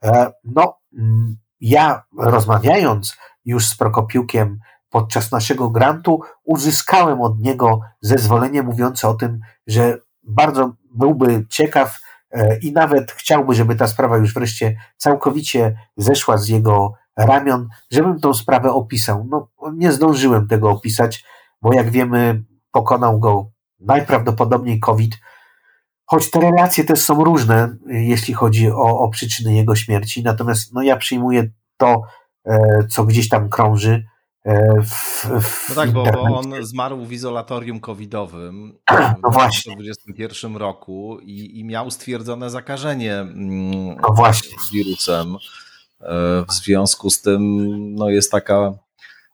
Ja rozmawiając już z Prokopiukiem podczas naszego grantu, uzyskałem od niego zezwolenie mówiące o tym, że bardzo byłby ciekaw i nawet chciałby, żeby ta sprawa już wreszcie całkowicie zeszła z jego ramion, żebym tą sprawę opisał. Nie zdążyłem tego opisać, bo jak wiemy, pokonał go najprawdopodobniej COVID, choć te relacje też są różne, jeśli chodzi o przyczyny jego śmierci, natomiast ja przyjmuję to, co gdzieś tam krąży w tak, bo on zmarł w izolatorium covidowym w 2021 roku i miał stwierdzone zakażenie wirusem. W związku z tym jest taka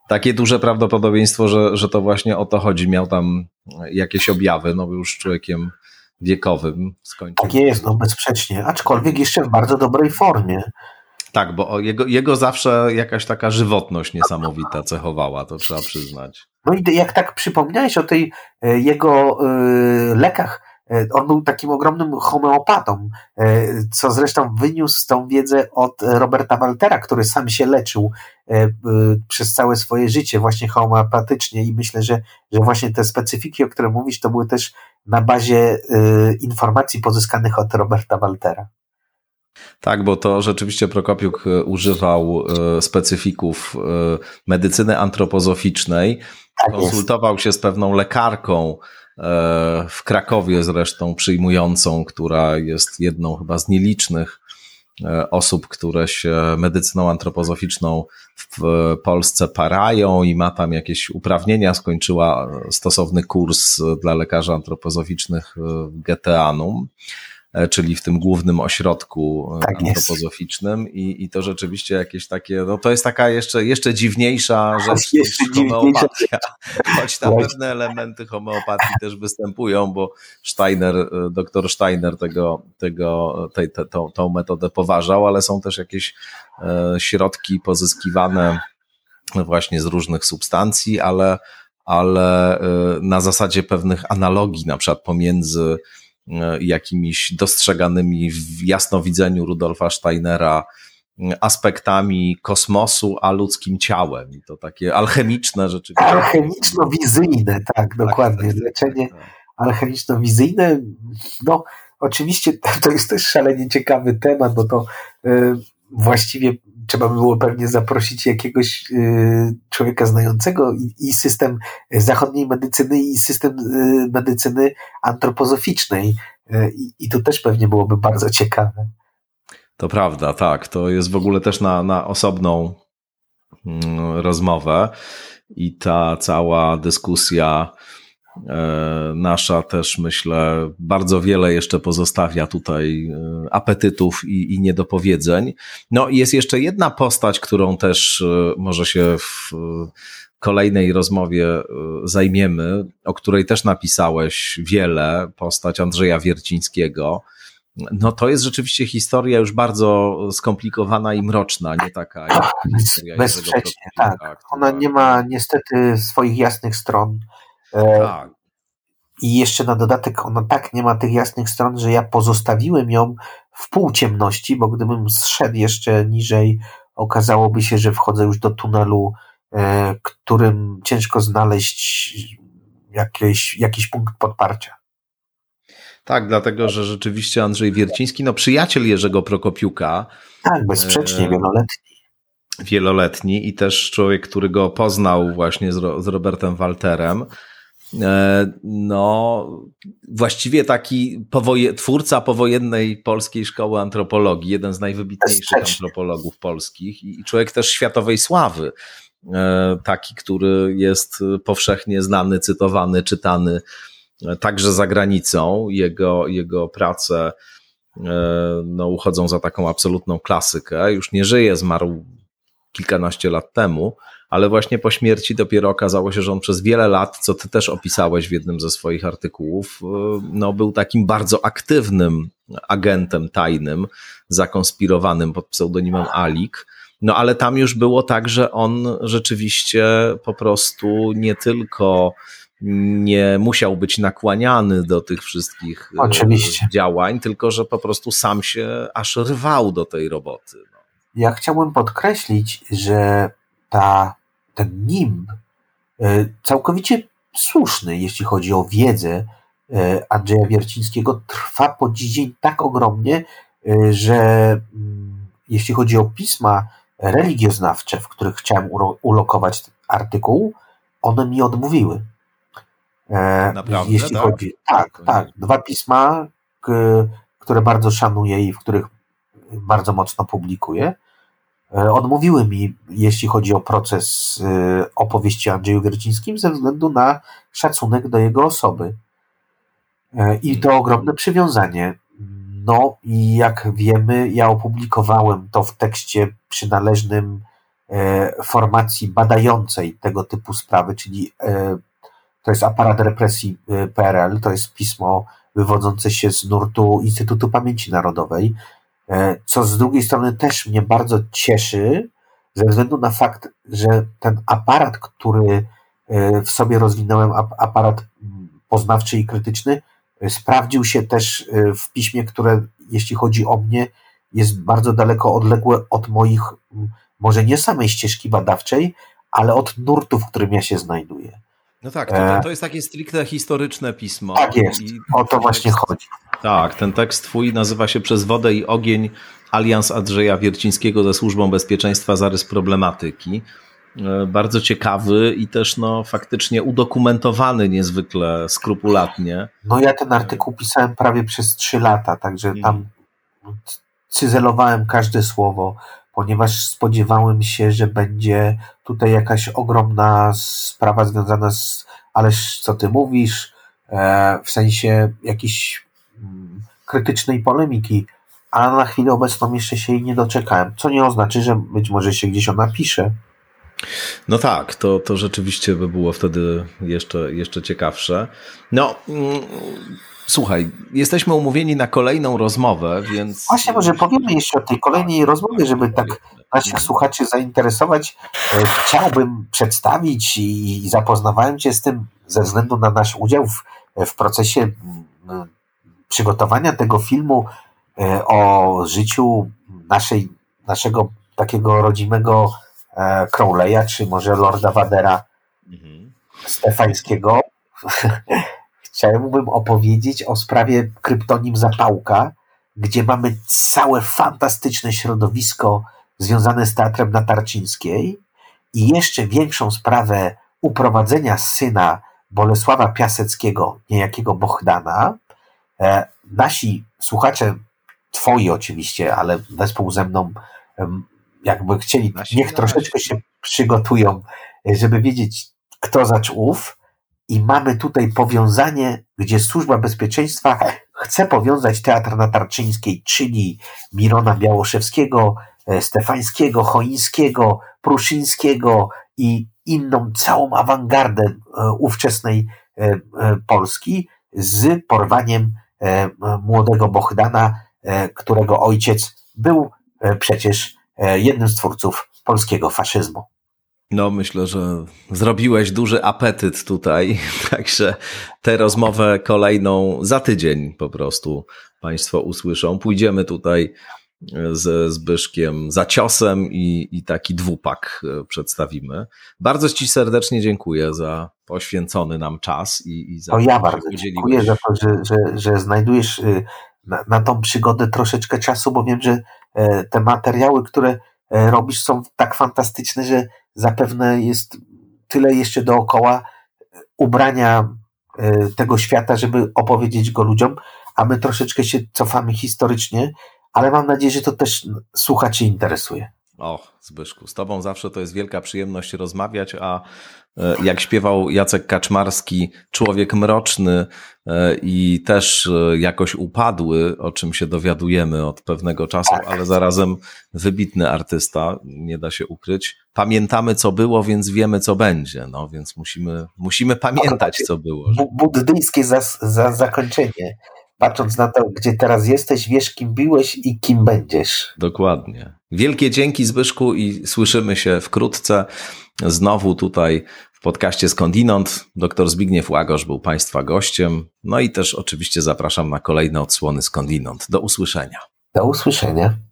takie duże prawdopodobieństwo, że to właśnie o to chodzi. Miał tam jakieś objawy, no był już człowiekiem wiekowym. Skończył. Tak jest, no bezsprzecznie, aczkolwiek jeszcze w bardzo dobrej formie. Tak, bo jego zawsze jakaś taka żywotność niesamowita cechowała, to trzeba przyznać. No i jak tak przypomniałeś o tej jego lekach, on był takim ogromnym homeopatą, co zresztą wyniósł tą wiedzę od Roberta Waltera, który sam się leczył przez całe swoje życie właśnie homeopatycznie i myślę, że właśnie te specyfiki, o których mówisz, to były też na bazie informacji pozyskanych od Roberta Waltera. Tak, bo to rzeczywiście Prokopiuk używał specyfików medycyny antropozoficznej, tak konsultował się z pewną lekarką w Krakowie zresztą przyjmującą, która jest jedną chyba z nielicznych osób, które się medycyną antropozoficzną w Polsce parają i ma tam jakieś uprawnienia, skończyła stosowny kurs dla lekarzy antropozoficznych w Geteanum, czyli w tym głównym ośrodku antropozoficznym i to rzeczywiście jakieś takie, no to jest taka jeszcze dziwniejsza rzecz niż homeopatia, choć tam pewne elementy homeopatii też występują, bo doktor Steiner tą metodę poważał, ale są też jakieś środki pozyskiwane właśnie z różnych substancji, ale na zasadzie pewnych analogii, na przykład pomiędzy jakimiś dostrzeganymi w jasnowidzeniu Rudolfa Steinera aspektami kosmosu, a ludzkim ciałem. I to takie alchemiczne rzeczywiście. Alchemiczno-wizyjne, tak, dokładnie. Leczenie alchemiczno-wizyjne. No, oczywiście to jest też szalenie ciekawy temat, bo to właściwie trzeba by było pewnie zaprosić jakiegoś człowieka znającego i system zachodniej medycyny, i system medycyny antropozoficznej. I to też pewnie byłoby bardzo ciekawe. To prawda, tak. To jest w ogóle też na osobną rozmowę i ta cała dyskusja nasza też, myślę, bardzo wiele jeszcze pozostawia tutaj apetytów i niedopowiedzeń. No i jest jeszcze jedna postać, którą też może się w kolejnej rozmowie zajmiemy, o której też napisałeś wiele, postać Andrzeja Wiercińskiego. No to jest rzeczywiście historia już bardzo skomplikowana i mroczna, nie taka jak historia bezsprzecznie, tak. Ona nie ma niestety swoich jasnych stron. Tak. I jeszcze na dodatek ona tak nie ma tych jasnych stron, że ja pozostawiłem ją w półciemności, bo gdybym zszedł jeszcze niżej, okazałoby się, że wchodzę już do tunelu, którym ciężko znaleźć jakiś punkt podparcia. Tak, dlatego, że rzeczywiście Andrzej Wierciński, no przyjaciel Jerzego Prokopiuka. Tak, bezsprzecznie wieloletni i też człowiek, który go poznał właśnie z Robertem Walterem. No, właściwie taki twórca powojennej polskiej szkoły antropologii, jeden z najwybitniejszych antropologów polskich i człowiek też światowej sławy. Taki, który jest powszechnie znany, cytowany, czytany także za granicą. Jego prace no, uchodzą za taką absolutną klasykę. Już nie żyje, zmarł kilkanaście lat temu, ale właśnie po śmierci dopiero okazało się, że on przez wiele lat, co ty też opisałeś w jednym ze swoich artykułów, no, był takim bardzo aktywnym agentem tajnym, zakonspirowanym pod pseudonimem Alik. No ale tam już było tak, że on rzeczywiście po prostu nie tylko nie musiał być nakłaniany do tych wszystkich działań, tylko że po prostu sam się aż rwał do tej roboty. No. Ja chciałbym podkreślić, że ten nimb całkowicie słuszny, jeśli chodzi o wiedzę Andrzeja Wiercińskiego, trwa po dziś tak ogromnie, że jeśli chodzi o pisma religioznawcze, w których chciałem ulokować artykuł, one mi odmówiły. Naprawdę? Jeśli chodzi, tak. 2 pisma, które bardzo szanuję i w których bardzo mocno publikuję, odmówiły mi, jeśli chodzi o proces opowieści o Andrzeju Wiercińskim, ze względu na szacunek do jego osoby. I to ogromne przywiązanie. No i jak wiemy, ja opublikowałem to w tekście przynależnym formacji badającej tego typu sprawy, czyli to jest aparat represji PRL, to jest pismo wywodzące się z nurtu Instytutu Pamięci Narodowej, co z drugiej strony też mnie bardzo cieszy, ze względu na fakt, że ten aparat, który w sobie rozwinąłem, aparat poznawczy i krytyczny, sprawdził się też w piśmie, które, jeśli chodzi o mnie, jest bardzo daleko odległe od moich, może nie samej ścieżki badawczej, ale od nurtu, w którym ja się znajduję. No tak, to jest takie stricte historyczne pismo. Tak jest, o to właśnie chodzi. Tak, ten tekst twój nazywa się Przez wodę i ogień, alians Andrzeja Wiercińskiego ze Służbą Bezpieczeństwa, zarys problematyki. Bardzo ciekawy i też faktycznie udokumentowany niezwykle skrupulatnie. No ja ten artykuł pisałem prawie przez 3 lata, także tam cyzelowałem każde słowo, ponieważ spodziewałem się, że będzie tutaj jakaś ogromna sprawa związana z ależ co ty mówisz, w sensie jakiejś krytycznej polemiki, a na chwilę obecną jeszcze się jej nie doczekałem, co nie oznacza, że być może się gdzieś ona pisze. No tak, to rzeczywiście by było wtedy jeszcze ciekawsze. Słuchaj, jesteśmy umówieni na kolejną rozmowę, więc... Właśnie może powiemy jeszcze o tej kolejnej rozmowie, żeby tak naszych słuchaczy zainteresować. Chciałbym przedstawić i zapoznawałem cię z tym ze względu na nasz udział w procesie przygotowania tego filmu o życiu naszego takiego rodzimego Crowley'a, czy może Lorda Vadera Stefańskiego. Chciałbym opowiedzieć o sprawie kryptonim Zapałka, gdzie mamy całe fantastyczne środowisko związane z teatrem na Tarczyńskiej i jeszcze większą sprawę uprowadzenia syna Bolesława Piaseckiego, niejakiego Bohdana. Nasi słuchacze, twoi oczywiście, ale wespół ze mną, jakby chcieli, niech troszeczkę się przygotują, żeby wiedzieć, kto zaczął. I mamy tutaj powiązanie, gdzie Służba Bezpieczeństwa chce powiązać teatr na Tarczyńskiej, czyli Mirona Białoszewskiego, Stefańskiego, Choińskiego, Pruszyńskiego i inną całą awangardę ówczesnej Polski z porwaniem młodego Bohdana, którego ojciec był przecież jednym z twórców polskiego faszyzmu. No myślę, że zrobiłeś duży apetyt tutaj, także tę rozmowę kolejną za tydzień po prostu Państwo usłyszą. Pójdziemy tutaj ze Zbyszkiem za ciosem i taki dwupak przedstawimy. Bardzo Ci serdecznie dziękuję za poświęcony nam czas i za to ja bardzo dziękuję za to, że znajdujesz na tą przygodę troszeczkę czasu, bo wiem, że te materiały, które robisz, są tak fantastyczne, że zapewne jest tyle jeszcze dookoła ubrania tego świata, żeby opowiedzieć go ludziom, a my troszeczkę się cofamy historycznie, ale mam nadzieję, że to też słuchaczy interesuje. O, Zbyszku, z Tobą zawsze to jest wielka przyjemność rozmawiać, a jak śpiewał Jacek Kaczmarski, człowiek mroczny i też jakoś upadły, o czym się dowiadujemy od pewnego czasu, ale zarazem wybitny artysta, nie da się ukryć. Pamiętamy, co było, więc wiemy, co będzie. No, więc musimy pamiętać, co było. Buddyjskie zakończenie. Patrząc na to, gdzie teraz jesteś, wiesz, kim byłeś i kim będziesz. Dokładnie. Wielkie dzięki, Zbyszku, i słyszymy się wkrótce znowu tutaj w podcaście Skądinąd. Dr Zbigniew Łagosz był Państwa gościem. No i też oczywiście zapraszam na kolejne odsłony Skądinąd. Do usłyszenia. Do usłyszenia.